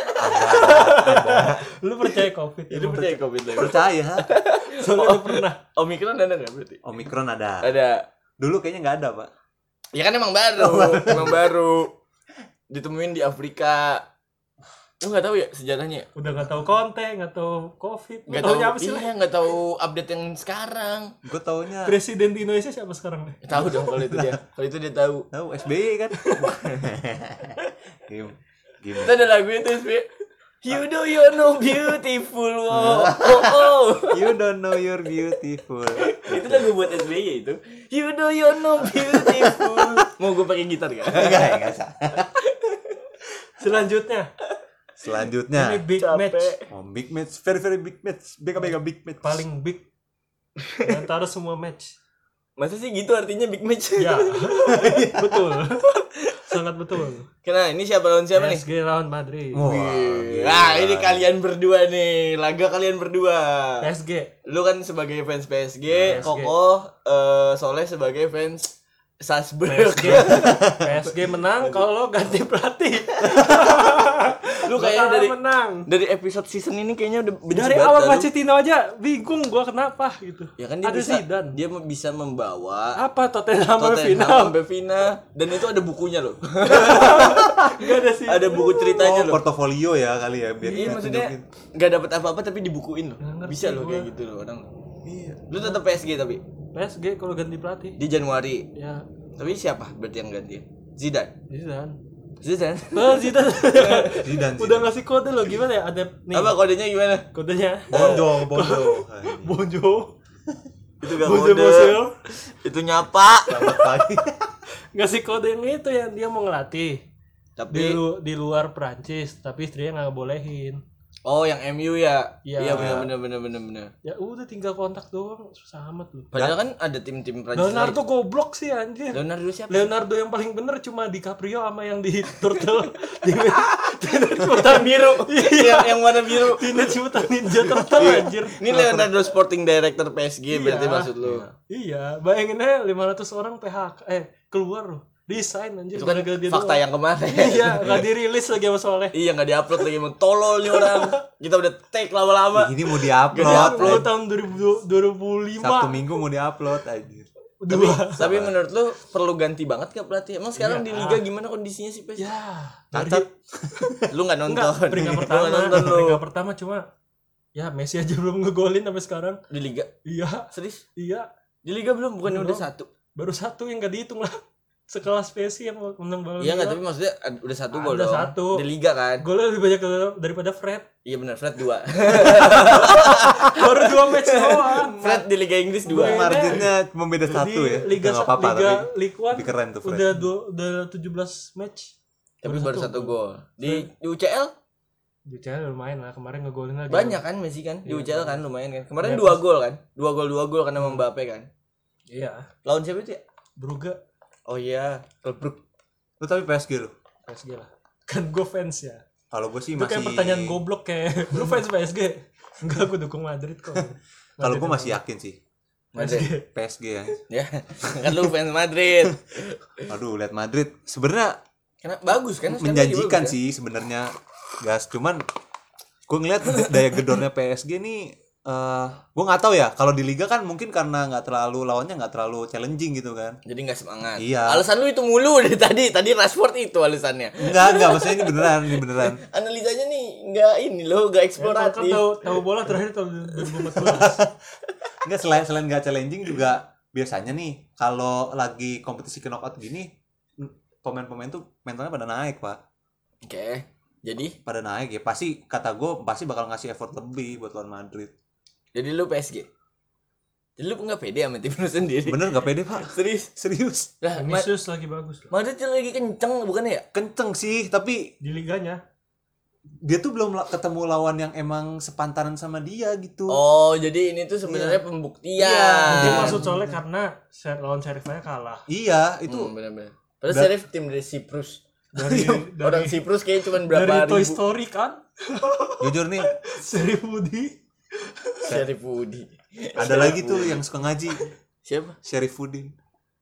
Lu percaya Covid? Itu percaya Covid lah. Percaya. Soalnya lu pernah. Omikron ada enggak berarti? Omikron ada. Ada. Dulu kayaknya nggak ada, Pak. Ya kan emang baru. Ditemuin di Afrika. Lu nggak tahu ya sejarahnya? Udah nggak tahu Conte, nggak tahu Covid. Nggak Tahu tahu apa sih? iya, nggak tahu update yang sekarang. Gue taunya Presiden di Indonesia siapa sekarang nih? Tahu dong kalau itu dia. Kalau itu dia tahu. tahu SBY kan. Gimana? Itu ada lagu itu SB. You do you know beautiful. Oh. You don't know you're beautiful. Itu lagu buat SBY itu. You do you know beautiful. Mau gue pakai gitar gak? Enggak usah. Selanjutnya, Selanjutnya. ini big Capek. match Oh, big match, very big match. Mega big match. paling big di antara semua match. Masa sih gitu artinya big match? Ya, betul, sangat betul. Karena ini siapa lawan siapa nih? PSG lawan Madrid. Wah, Nah, ini kalian berdua nih, laga kalian berdua. PSG, Lu kan sebagai fans PSG, Koko, Soleh sebagai fans Salzburg. PSG menang kalau ganti pelatih. Lu kayaknya menang. dari episode season ini kayaknya udah benci Dari banget awal dah lu. Pochettino aja bingung gua kenapa gitu. Ya kan dia ada bisa, Zidane. dia bisa membawa Apa Tottenham sampai final? sampai final, dan itu ada bukunya loh. Enggak ada sih. Ada buku ceritanya Oh, loh. portofolio ya kali ya biar Iya, kita maksudnya tunjukin. nggak dapat apa-apa tapi dibukuin loh. Nggak ngerti Bisa loh gua. kayak gitu loh orang. Iya. Lu tetap PSG tapi PSG kalau ganti pelatih. di Januari. Ya, Tapi siapa berarti yang ganti? Zidane. Zidane. Zidane. Zidane. Udah ngasih kode loh gimana ya? Ada nih. Apa kodenya gimana? Kodenya? Bondo. Bonjo. Itu gak Bonjo kode. Bosio. Itu nyapa. Selamat pagi. Ngasih kode yang itu yang dia mau ngelatih. Tapi Di luar Prancis, tapi istrinya nggak bolehin. oh yang MU ya. Iya. Iya benar. Ya udah tinggal kontak doang, susah amat loh. Padahal kan ada tim-tim Prancis. Leonardo goblok sih anjir. Leonardo siapa? Leonardo yang paling bener cuma DiCaprio sama yang di Turtle di Teenage Mutant biru. Yang warna biru. Teenage Mutant Ninja Turtle anjir. Ini Leonardo Sporting Director PSG berarti Iya. maksud lu. Iya, bayangin aja 500 orang PHK keluar loh. Resign anjir Itu kan gara-gara dia fakta doang. yang kemarin. Iya, enggak dirilis lagi sama Soleh. Iya nggak diupload lagi, emang tolol nih orang. Kita udah take lama-lama. Ini mau Gak diupload. di-upload. Tahun 2025. Sabtu Minggu mau diupload anjir. Tapi menurut lu perlu ganti banget gak pelatih? Emang sekarang Iya. di liga gimana kondisinya sih Pes? Ya, Cacat. Lu nggak nonton? enggak, peringkat Lu pertama. nggak nonton lu Peringkat pertama cuma ya Messi aja belum ngegolin sampai sekarang. di liga? Iya, Serius? iya. Di liga belum? Bukan Belum. udah satu? Baru satu yang enggak dihitung lah. Sekelas Messi yang menang Ballon Iya nggak, d'Or. tapi maksudnya udah satu gol Ada dong. satu. Di liga kan? Golnya lebih banyak daripada Fred. Iya benar, Fred 2. Baru 2 match doang. Fred di Liga Inggris 2. Marginnya cuma beda satu ya. Liga Nggak apa-apa Liga tapi League One lebih keren tuh Fred. udah 17 match. Tapi baru satu gol. Di UCL Di UCL lumayan lah, kemarin ngegolin lagi. banyak kan Messi kan? Di Iya, UCL kan lumayan kan. Kemarin Iya, 2 gol kan? 2 gol karena Mbappe kan. Iya, Lawan siapa itu ya? Brugge Oh iya, Klub Brugge. Lu tapi PSG lu. PSG lah. Kan gue fans ya. Kalau gue sih Itu masih kayak pertanyaan goblok kayak lu fans PSG? Enggak, gue dukung Madrid kok. Kalau gue masih yakin sih Madrid. PSG ya. Ya, kan lu fans Madrid. Aduh, lihat Madrid sebenarnya Karena bagus kan? Sekarang lagi menjanjikan bagus, sih sebenarnya, gas. Cuman Gue ngeliat daya gedornya PSG nih, gue nggak tahu ya. Kalau di liga kan mungkin karena lawannya nggak terlalu challenging gitu kan. Jadi nggak semangat. Iya. Alasan lu itu mulu dari tadi. Tadi Rashford itu alasannya. Enggak, maksudnya ini beneran. Analisanya nih nggak ini loh, nggak eksploratif. Kan tahu bola terakhir tahun 2014. Enggak, selain nggak challenging juga biasanya nih kalau lagi kompetisi knockout gini, pemain-pemain tuh mentalnya pada naik, Pak. Oke. Jadi Pada naik ya, pasti kata gue pasti bakal ngasih effort lebih buat lawan Madrid. Jadi lu PSG. Jadi lu nggak pede sama tim lu sendiri. Bener nggak pede, Pak? Serius. Lah, Vinicius lagi bagus lah. Madrid lagi kenceng bukan ya? Kenceng sih, tapi Di liganya. dia tuh belum ketemu lawan yang emang sepantaran sama dia gitu. Oh, jadi ini tuh sebenarnya pembuktian. Itu Iya. maksud soalnya karena lawan Sheriffnya kalah. Iya, itu Benar-benar. Padahal Sheriff tim dari Siprus. Dari Orang Siprus kayaknya cuma berapa dari ribu. Toy Story kan? jujur nih Sheriff Woody. Sheriff Woody. ada lagi tuh yang suka ngaji, Siapa? Syarif Udin.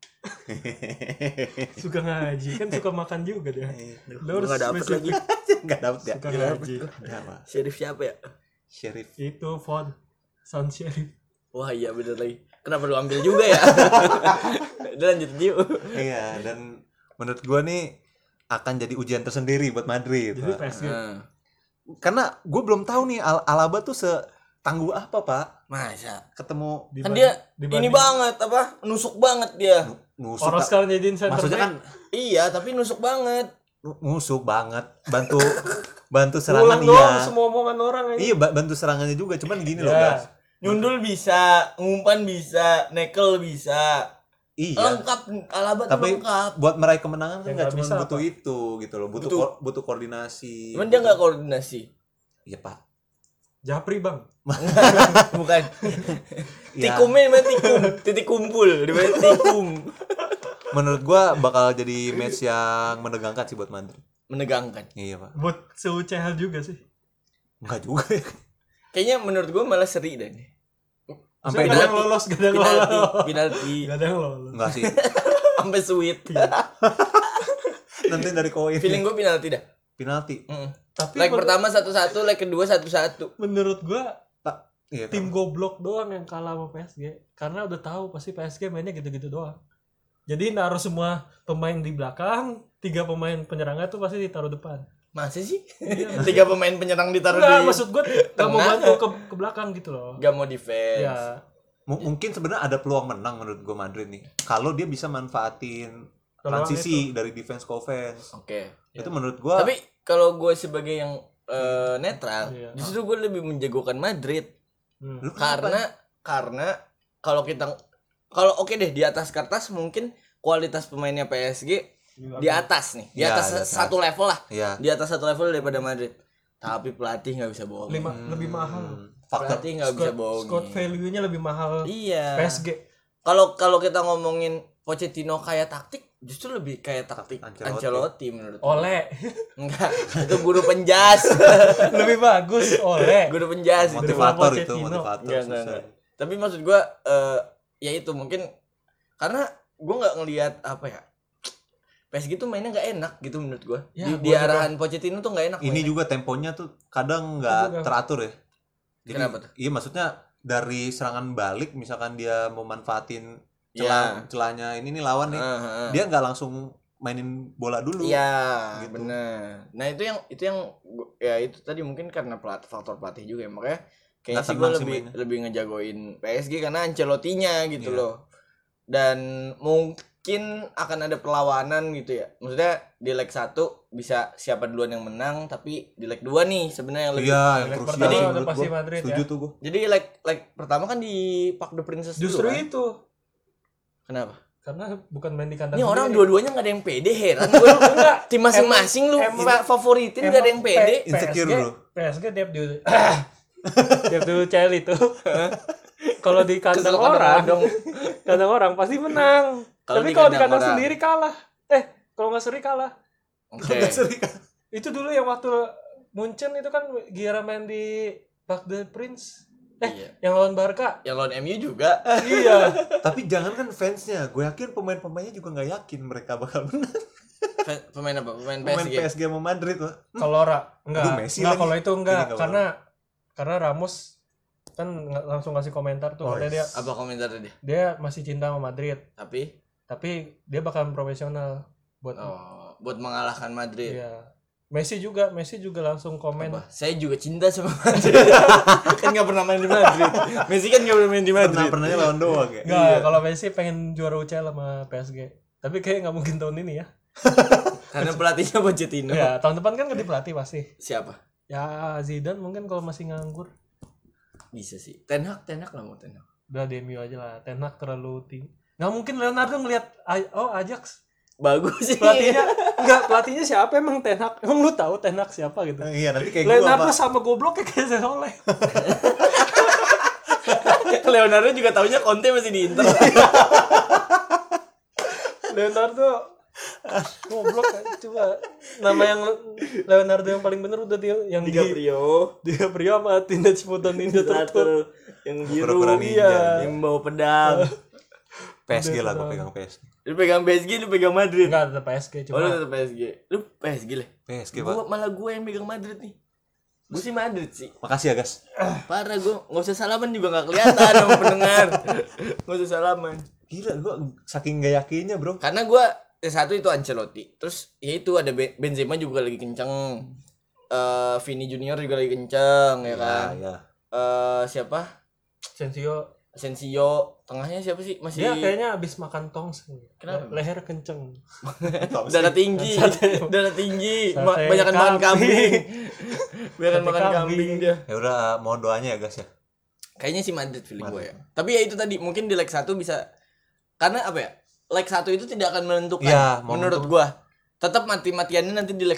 Suka ngaji kan suka makan juga dia. Lu harus Nggak dapet spesifik. lagi. Nggak dapet ya? Suka ngaji. Kenapa? Sheriff siapa ya? Syarif. Itu font sound Sheriff. Wah iya bener lagi. Kenapa lu ambil juga ya? Udah lanjut yuk. Iya, dan menurut gua nih akan jadi ujian tersendiri buat Madrid. Jadi Pak. PSG. Karena gue belum tahu nih Alaba tuh setangguh apa, Pak, Masa? ketemu Kan dia ini banget apa? Nusuk banget dia. nusuk. Orang sekarang jadiin center Maksudnya back. kan Iya, tapi nusuk banget. nusuk banget, bantu serangan Ulang doang iya. semua omongan orang ini. Iya, bantu serangannya juga, cuman gini loh, Ya. guys. Nyundul bisa, ngumpan bisa, nekel bisa. Iya. Lengkap, Alaba tuh Tapi lengkap. buat meraih kemenangan kan Ya, nggak nggak cuma bisa, butuh Pak. itu gitu loh, butuh koordinasi. Cuman dia nggak koordinasi. Iya, Pak. Japri bang. Bukan. Ya, Tikumnya memang tikum, titik kumpul, di mana tikum. menurut gua bakal jadi match yang menegangkan sih buat Madrid. Menegangkan. Iya, Pak. Buat se-UCL juga sih. Enggak juga ya. Kayaknya menurut gue malah seri deh. Sampai Gak ada yang lolos, gak ada yang lolos. Penalti. Gak ada yang lolos. enggak sih. Sampai sweet. Nanti dari koin. Feeling gue penalti dah. Penalti. Tapi Leg pertama 1-1, leg kedua 1-1. menurut gua Iya, tim goblok doang yang kalah sama PSG. Karena udah tahu pasti PSG mainnya gitu-gitu doang. Jadi naruh semua pemain di belakang, 3 pemain penyerangnya tuh pasti ditaruh depan. Masa sih? 3 pemain penyerang ditaruh Enggak, di maksud gua gak mau tengah. bantu ke belakang gitu loh. Gak mau defense. Ya, Mungkin sebenarnya ada peluang menang menurut gue Madrid nih. Kalau dia bisa manfaatin Peluang transisi dari defense ke offense. Oke. Itu menurut gue. Tapi kalau gue sebagai yang netral, Iya. justru gue lebih menjagokan Madrid. Lu kenapa? Karena kalau oke deh di atas kertas mungkin kualitas pemainnya PSG di atas nih, di Ya, atas di atas. satu level lah, Iya. di atas satu level daripada Madrid. Tapi pelatih nggak bisa bohong. lebih mahal. Faktor Pelatih nggak bisa bohong. Squad value-nya lebih mahal Iya. PSG. Kalau kita ngomongin Pochettino kayak taktik, justru lebih kayak taktik Ancelotti menurut gue. Oleh Enggak, itu guru penjas. lebih bagus Oleh. Guru penjas itu. motivator itu, Pochettino. motivator. Enggak. susah. Tapi maksud gue ya itu mungkin karena gue nggak ngelihat apa ya, PSG tuh mainnya nggak enak gitu menurut gue. Ya, Di arahan Pochettino tuh nggak enak. Ini mainnya. juga temponya tuh kadang Juga. nggak teratur ya. Jadi, Kenapa tuh? Iya, maksudnya dari serangan balik misalkan dia mau manfaatin Iya. celahnya ini nih lawan nih, dia nggak langsung mainin bola dulu. Iya, Gitu. benar. Nah itu yang ya itu tadi mungkin karena faktor pelatih juga ya, makanya kayaknya Nggak sih gue tenang sih lebih ngejagoin PSG karena Ancelotti-nya gitu Iya. loh. Dan mungkin akan ada perlawanan gitu ya. Maksudnya di leg 1 bisa siapa duluan yang menang, tapi di leg 2 nih sebenarnya yang lebih. Iya, yang Leg krusial pertama sih udah menurut pasti gua. Madrid Setuju ya. tuh gua. Jadi leg pertama kan di Parc des Princes Justru dulu kan? itu. Kenapa? Karena bukan main di kandang. Ini orang sendiri. dua-duanya gak ada yang pede, heran gue. Tim masing-masing lu emang- favoritin gak ada yang pede. Insecure, bro. PSG tiap dulu. Tiap dulu CL itu. Kalau di kandang Kesel orang, dong. kandang orang pasti menang. Kalau Tapi di kalau di kandang kandang orang. sendiri kalah. Kalau nggak seri kalah. Oke. Itu dulu yang waktu Munchen itu kan Gira main di Parc des Princes. Iya. Yang lawan Barca. Yang lawan MU juga. Iya. Tapi jangan kan fansnya, gue yakin pemain-pemainnya juga nggak yakin mereka bakal menang. Pemain apa? Pemain Pemain PSG. PSG sama Madrid tuh. Kalau enggak. Aduh, Messi Enggak, lagi. kalau itu enggak Ini karena Ramos kan langsung kasih komentar tuh katanya Apa komentarnya dia? dia masih cinta sama Madrid. Tapi Dia bakalan profesional buat buat mengalahkan Madrid. Iya. Messi juga langsung komen. Saya juga cinta sama Madrid. Kan nggak pernah main di Madrid. Messi kan nggak pernah main di Madrid. Pernahnya lawan doang ya. Enggak, kalau Messi pengen juara UCL sama PSG. Tapi kayak nggak mungkin tahun ini ya. Karena pelatihnya Pochettino. Ya, tahun depan kan ganti pelatih pasti. Siapa? Ya Zidane mungkin kalau masih nganggur. Bisa sih. Ten Hag lah mau Ten Hag. Udah DMU aja lah. Ten Hag terlalu tinggi. Nggak mungkin Leonardo ngelihat Ajax. Bagus sih. Pelatihnya siapa emang Ten Hag? Emang lu tahu Ten Hag siapa gitu? Iya, nanti kayak Leonardo sama goblok kayak Soleh. Leonardo juga taunya Conte masih di Inter. Leonardo goblok kan. Coba nama yang Leonardo yang paling bener udah dia yang DiCaprio sama Teenage Mutant Ninja Turtle yang biru yang bawa pedang. PSG lah, gue pegang PSG. Lu pegang PSG, lu pegang Madrid. Enggak, tetap PSG cuma. Lu tetap PSG. Lu PSG lah. PSG, Pak. Malah gue yang pegang Madrid nih. Gue sih Madrid sih. Makasih ya, guys. Parah, gue nggak usah salaman juga nggak kelihatan sama pendengar. Nggak usah salaman. Gila, gue saking gak yakinnya, bro. Karena gue satu itu Ancelotti. Terus ya itu ada Benzema juga lagi kenceng. Vini Junior juga lagi kenceng ya kan. Iya. Siapa? Sensio. Tengahnya siapa sih? Masih Dia kayaknya abis makan tongseng. Kenapa? Leher kenceng. darah tinggi. Banyakan makan kambing. Banyakan makan kambing dia. Ya udah, mohon doanya ya, guys ya. Kayaknya sih Madrid feeling gue ya. Tapi ya itu tadi mungkin di leg 1 bisa. Karena apa ya? Leg 1 itu tidak akan menentukan ya, menurut gue. Tetap mati-matiannya nanti di leg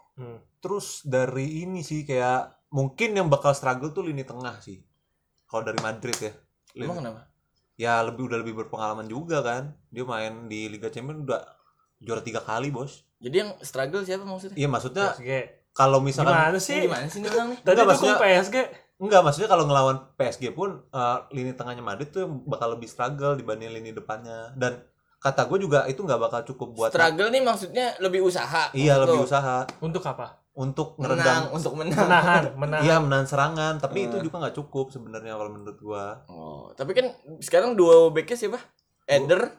2. Terus dari ini sih kayak mungkin yang bakal struggle tuh lini tengah sih. Kalau dari Madrid ya. Emang kenapa? Ya udah lebih berpengalaman juga kan. Dia main di Liga Champions udah juara 3 kali, Bos. Jadi yang struggle siapa maksudnya? Iya, maksudnya PSG. kalau misalkan Gimana sih ini orang nih? Tadi dukung PSG. Enggak, maksudnya kalau ngelawan PSG pun lini tengahnya Madrid tuh bakal lebih struggle dibanding lini depannya. Dan kata gue juga itu nggak bakal cukup buat struggle nih maksudnya lebih usaha. Iya, lebih usaha. Untuk apa? Untuk menahan. Menahan. Iya, menahan serangan, tapi itu juga nggak cukup sebenarnya kalau menurut gua. Oh, tapi kan sekarang duo backnya siapa? Eder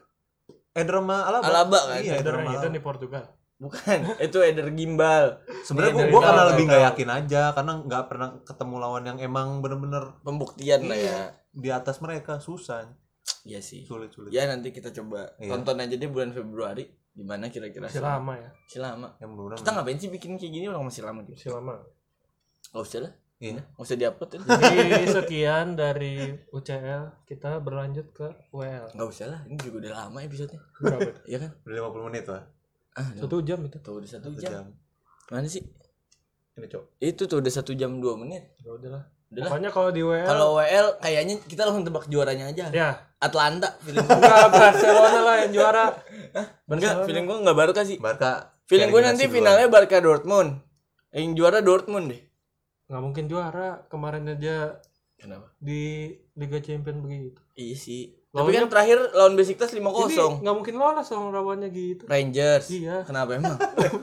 sama Alaba kan? Iya, Eder itu di Portugal. Bukan, itu Eder Gimbal. Sebenarnya gua karena lebih nggak yakin aja karena nggak pernah ketemu lawan yang emang bener-bener pembuktian lah ya. Di atas mereka susah. Iya sih. Sulit. Ya nanti kita coba tonton aja deh bulan Februari. Gimana kira-kira? Masih lama ya. Masih lama. Yang bener-bener. Kita ngapain sih bikin kayak gini orang masih lama gitu? Masih lama. Gak usah lah. Iya. Gak usah diupload ya. Jadi sekian dari UCL, kita berlanjut ke WL. Gak usah lah, ini juga udah lama episode-nya. Berapa? Iya kan? Udah 50 menit lah. 1 jam itu. Tuh udah 1 jam. Mana sih? Ini, Cok. Itu tuh udah 1 jam 2 menit. Ya udahlah. Udahlah. Pokoknya kalau di WL. Kalau WL kayaknya kita langsung tebak juaranya aja. Ya. Atlanta feeling Enggak, Barcelona lah yang juara. Enggak, feeling gua enggak Barca sih. Barca. Feeling gua nanti finalnya Barca Dortmund. Yang juara Dortmund deh. Nggak mungkin juara, kemarin aja. Kenapa? Di Liga Champions begitu. Iya sih. Lawannya, tapi kan terakhir lawan Besiktas 5-0. Ini nggak mungkin lolos sama lawannya gitu. Rangers. Iya. Kenapa emang?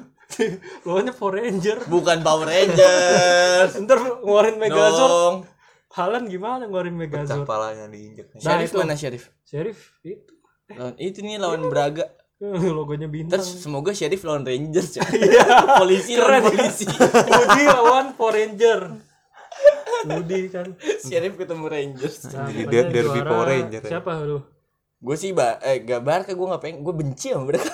Lawannya Power Ranger. Bukan Power Rangers. Ntar ngeluarin Megazord. Dong. Haaland gimana ngeluarin Megazord? Kepalanya diinjek. Syarif itu. mana Syarif? Syarif itu. Itu nih lawan Braga. Logonya bintang. Terus semoga Syarif lawan Rangers ya. Iya. Polisi Keren, lawan polisi. Budi lawan Power Ranger. Budi kan. Syarif ketemu Rangers. Nah, Jadi makanya derby juara Power Ranger ya. Siapa lu? Gue sih gak Barca, gue gak pengen. Gue benci sama Barca.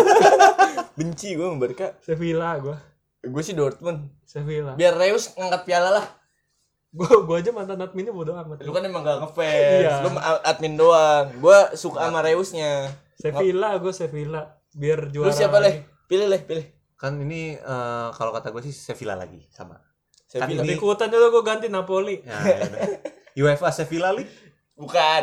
Benci gue sama Barca. Sevilla gue. Gue sih Dortmund. Sevilla. Biar Reus ngangkat piala lah. Gue aja mantan adminnya bodo amat. Lu kan emang gak ngefans. Iya. Lu admin doang. Gue suka sama Reusnya. Sevilla, gue Sevilla. Biar juara. Lu siapa lagi. Pilih. Kan ini kalau kata gue sih Sevilla lagi sama. Sevilla. Tapi ikutan juga gue ganti Napoli. Ya, UEFA Sevilla League. Bukan.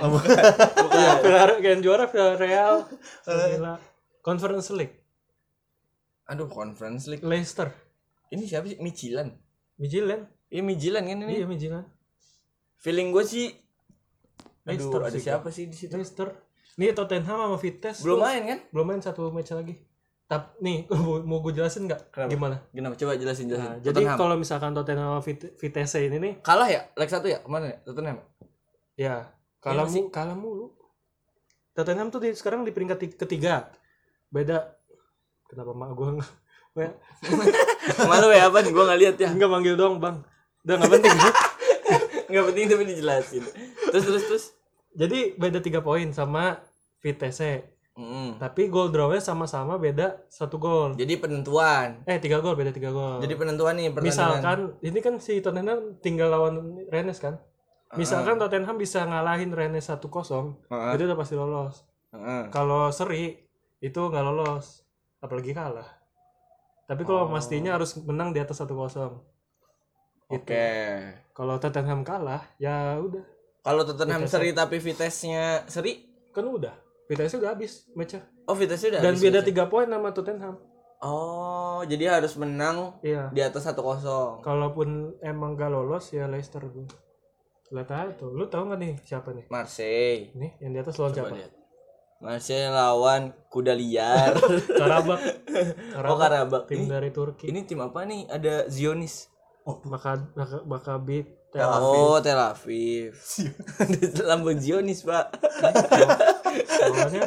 Yang juara Villarreal. Sevilla. Conference League. Aduh, Conference League. Leicester. Ini siapa sih? Midtjylland. Midtjylland. Iya Midtjylland kan ini. Iya Midtjylland. Feeling gue sih. Leicester. Aduh, ada siapa sih di situ? Leicester. Nih Tottenham sama Vitesse. Belum main kan? Belum main 1 match lagi. nih mau gue jelasin nggak? Gimana? Coba jelasin. Nah, jadi kalau misalkan Tottenham sama Vitesse ini nih kalah ya leg 1 ya kemana ya Tottenham? Ya kalah mulu. Tottenham tuh sekarang di peringkat ketiga. Beda. Kenapa mak gue nggak? Malu ya apa nih? Gue nggak lihat ya. Enggak manggil doang bang. Udah nggak penting. Nggak penting tapi dijelasin. Terus. Jadi beda 3 poin sama Vitesse. Tapi gol drawnya sama-sama beda 1 gol. Jadi penentuan. 3 gol beda 3 gol. Jadi penentuan nih pertandingan. Misalkan ini kan si Tottenham tinggal lawan Rennes kan. Misalkan Tottenham bisa ngalahin Rennes 1-0, itu udah pasti lolos. Kalau seri itu nggak lolos, apalagi kalah. Tapi kalau pastinya harus menang di atas 1-0. Oke. Kalau Tottenham kalah, ya udah. Kalau Tottenham seri tapi Vitesse-nya seri, kan udah. Vitesse udah habis match-nya. Oh, Vitesse udah dan habis. Dan beda 3 poin sama Tottenham. Oh, jadi harus menang di atas 1-0. Kalaupun emang gak lolos ya Leicester gue. Lihat aja tuh. Lu tahu enggak nih siapa nih? Marseille. Nih, yang di atas lawan siapa? Lihat. Marseille lawan kuda liar. Karabakh. Karabakh. Tim dari Turki. Ini tim apa nih? Ada Zionis. Maccabi Tel Aviv. Oh, Tel Aviv. Lambang Zionis, Pak. Namanya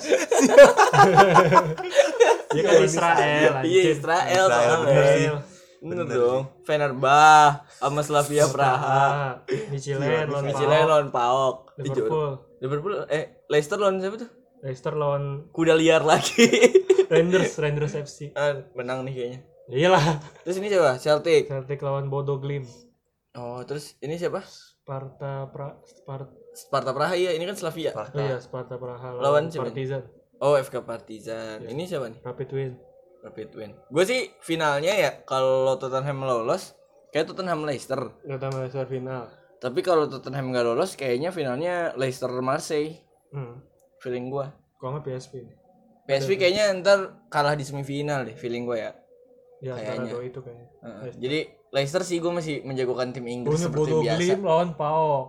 ya kan Israel. Iya, Israel. Bener dong. Fenerbahce sama Slavia Praha. Michelin lawan PAOK. Liverpool. Leicester lawan siapa tuh? Leicester lawan kuda liar lagi. Rangers FC. Menang nih kayaknya. Iyalah. Terus ini siapa? Celtic lawan Bodo Glimt. Oh, terus ini siapa? Sparta Praha. Iya, ini kan Slavia. Iya, Sparta Praha lawan Partizan. Oh, FK Partizan. Ini siapa nih? Rapid Wien. Gue sih finalnya ya kalau Tottenham lolos kayak Tottenham Leicester final. Tapi kalau Tottenham nggak lolos kayaknya finalnya Leicester Marseille. Feeling gue. Kok nggak PSV? PSV kayaknya ntar kalah di semifinal deh, feeling gue ya. Ya kayaknya. Itu kayaknya. Jadi Leicester sih gue masih menjagokan tim Inggris seperti Bodo biasa. Glimt lawan PAOK.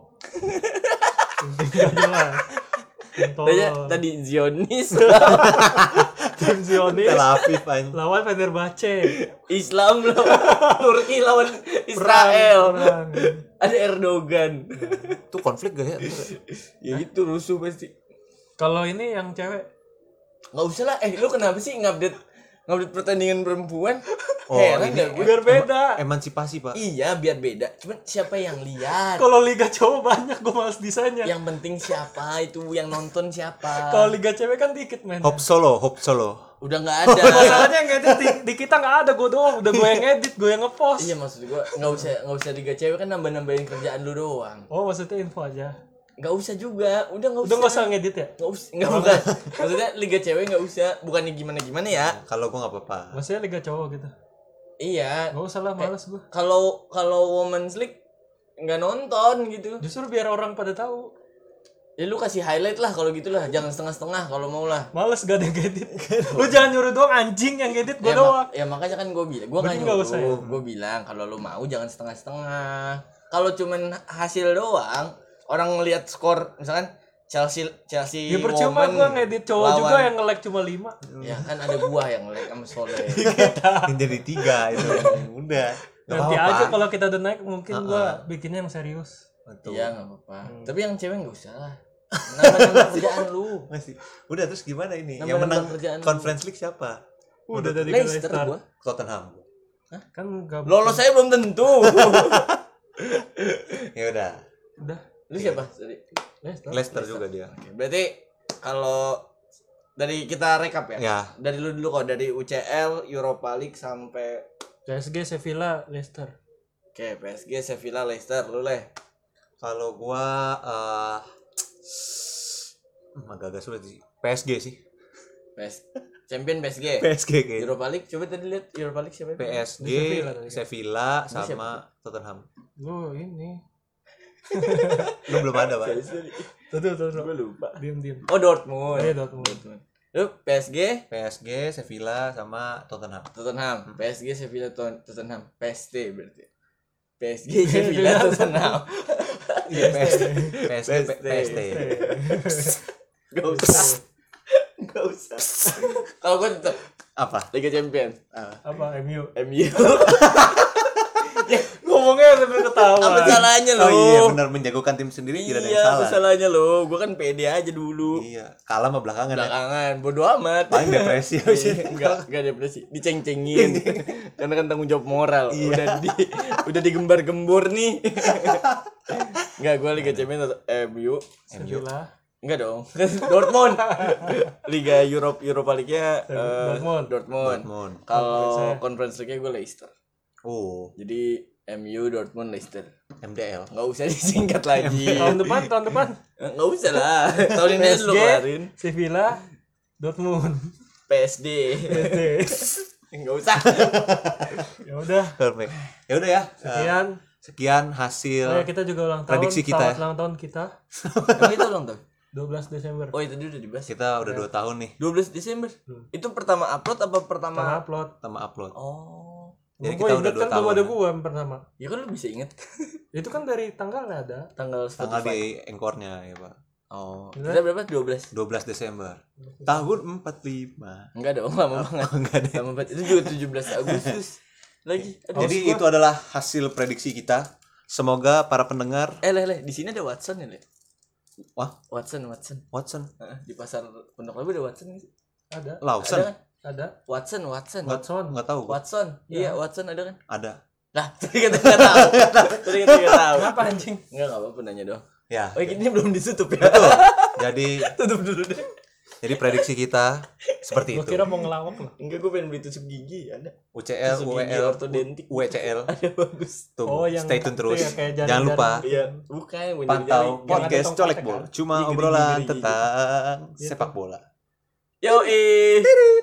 Tadi Zionis. Tim Zionis Tel Aviv lawan Fenerbahce. Islam lawan Turki lawan Israel. Ada Erdogan. Itu konflik gak ya? Ya itu rusuh pasti. Kalau ini yang cewek nggak usah lah. Lu kenapa sih ngupdate pertandingan perempuan? Oh, ini biar beda. Emansipasi, Pak. Iya, biar beda. Cuman siapa yang lihat? Kalau Liga Cowok banyak, gue malas desainnya. Yang penting siapa itu yang nonton siapa? Kalau Liga Cewek kan dikit, men. Hope Solo. Udah nggak ada. Masalahnya yang edit di kita nggak ada, gue doang. Udah gue yang edit, gue yang ngepost. Iya, maksud gue nggak usah Liga Cewek kan nambah-nambahin kerjaan lu doang. Oh, maksudnya info aja. Nggak usah juga, udah nggak usah ngedit ya? Nggak bukan. Maksudnya Liga Cewek nggak usah, bukannya gimana ya? Kalau gue nggak apa-apa. Maksudnya Liga Cowok gitu. Iya. Nggak usah lah, males gue. Kalau Women's League nggak nonton gitu. Justru biar orang pada tahu. Ya lu kasih highlight lah kalau gitulah, jangan setengah-setengah kalau mau lah. Males gak ada yang edit. Lu jangan nyuruh doang, anjing yang edit gue doang. Ya makanya kan gue bilang, gue nggak nyuruh. Gue bilang kalau lu mau jangan setengah-setengah. Kalau cuman hasil doang, orang ngelihat skor misalkan Chelsea ya percuma gue ngedit cowok lawan, juga yang nge-like cuma 5. Ya kan ada gua yang nge-like sama Soleh. Yang jadi 3 itu. Udah. Nanti aja kalau kita udah naik mungkin gua bikinnya yang serius. Iya enggak apa-apa. Tapi yang cewek enggak usah lah. Nambah kerjaan lu. Masih. Udah terus gimana ini? Nambah yang menang Conference League siapa? Udah dari Leicester gua. Tottenham. Hah? Kan gak lolos saya belum tentu. Ya udah. Lu siapa tadi? Leicester juga dia. Oke, berarti kalau dari kita rekap ya. Ya. Dari lu dulu kok dari UCL, Europa League sampai PSG, Sevilla, Leicester. Oke, PSG, Sevilla, Leicester lu leh. Kalau gua agak sulit sih. PSG sih. Champion PSG. PSG kayaknya. Europa League coba tadi lihat Europa League siapa? PSG, Sevilla sama Tottenham. Lu ini. Lu belum ada, Pak. Tuh. Gue lupa. Diam. Oh, Dortmund. Iya, Dortmund. Lu PSG, Sevilla sama Tottenham. PSG, Sevilla, Tottenham. PST berarti. PSG, Sevilla, Tottenham. Iya, PST. Gak usah. Kalau gue tetap Apa? Liga Champions. Apa MU? MU. Ngomongnya sambil ketawa. Apa salahnya lo? Oh iya benar, menjagokan tim sendiri tidak ada yang Iya, salah. apa salahnya lo? Gua kan pede aja dulu. Iya, kalah mah belakangan ya. Belakangan, bodo amat. Paling depresi habis itu. Enggak depresi, diceng-cengin. Karena kan tanggung jawab moral. Udah digembar-gembur nih. Enggak, gua Liga Champions MU. Sevilla. Enggak dong. Dortmund. Liga Europa League-nya Dortmund. Kalau Conference League-nya gue Leicester. Oh, Jadi MU, Dortmund, Leicester. MDL. Enggak usah disingkat lagi. Tahun depan. Enggak usah lah. Tahun ini aja lu kelarin. Sevilla, Dortmund, PSD. Enggak usah. Ya udah. Perfect. Ya udah ya. Sekian hasil kita juga ulang tahun. prediksi kita. Ulang tahun kita. Emang itu ulang tahun? 12 Desember. Oh, itu udah dibahas. Kita udah 2 tahun nih. 12 Desember. Itu pertama upload apa pertama upload. Oh. Jadi Gua kita udah inget 2 kan tahun. belum ada gua yang pertama. Ya kan lu bisa inget. Itu kan dari tanggalnya ada. Tanggal Spotify. di Anchor-nya ya, Pak. Oh. Kita berapa? 12. 12 Desember. Tahun 45. Enggak dong, lama banget. Enggak deh. Lama banget. Itu juga 17 Agustus. Lagi. Jadi itu adalah hasil prediksi kita. Semoga para pendengar Leh, di sini ada Watson ya, Le? Wah, Watson. Di pasar Pondok Labu ada Watson nggak sih? Ada. Lawson. Ada kan? Ada. Watson. Enggak tahu. Watson. Iya, Watson ada kan? Ada. Lah, tadi kan enggak tahu. Tadi kan enggak tahu. Kenapa anjing? Enggak apa-apa nanya doang. Ya. Oh, ini belum ditutup ya. Betul. Jadi Tutup dulu deh. prediksi kita seperti Gua itu. kira mau ngelawak loh. Enggak, gue pengen beli tusuk gigi, ada. UCL, Tusuk gigi UEL, ortodentik. UCL. Ada bagus. Tuh, Oh, yang stay tune itu terus. ya, kayak Jangan jaring-jaring. lupa Iya, bukan yang pantau Yang ada podcast tongkatnya Colek kan? Bol. Cuma Gigi-gigi obrolan gitu. tentang Gitu. sepak bola. Yo,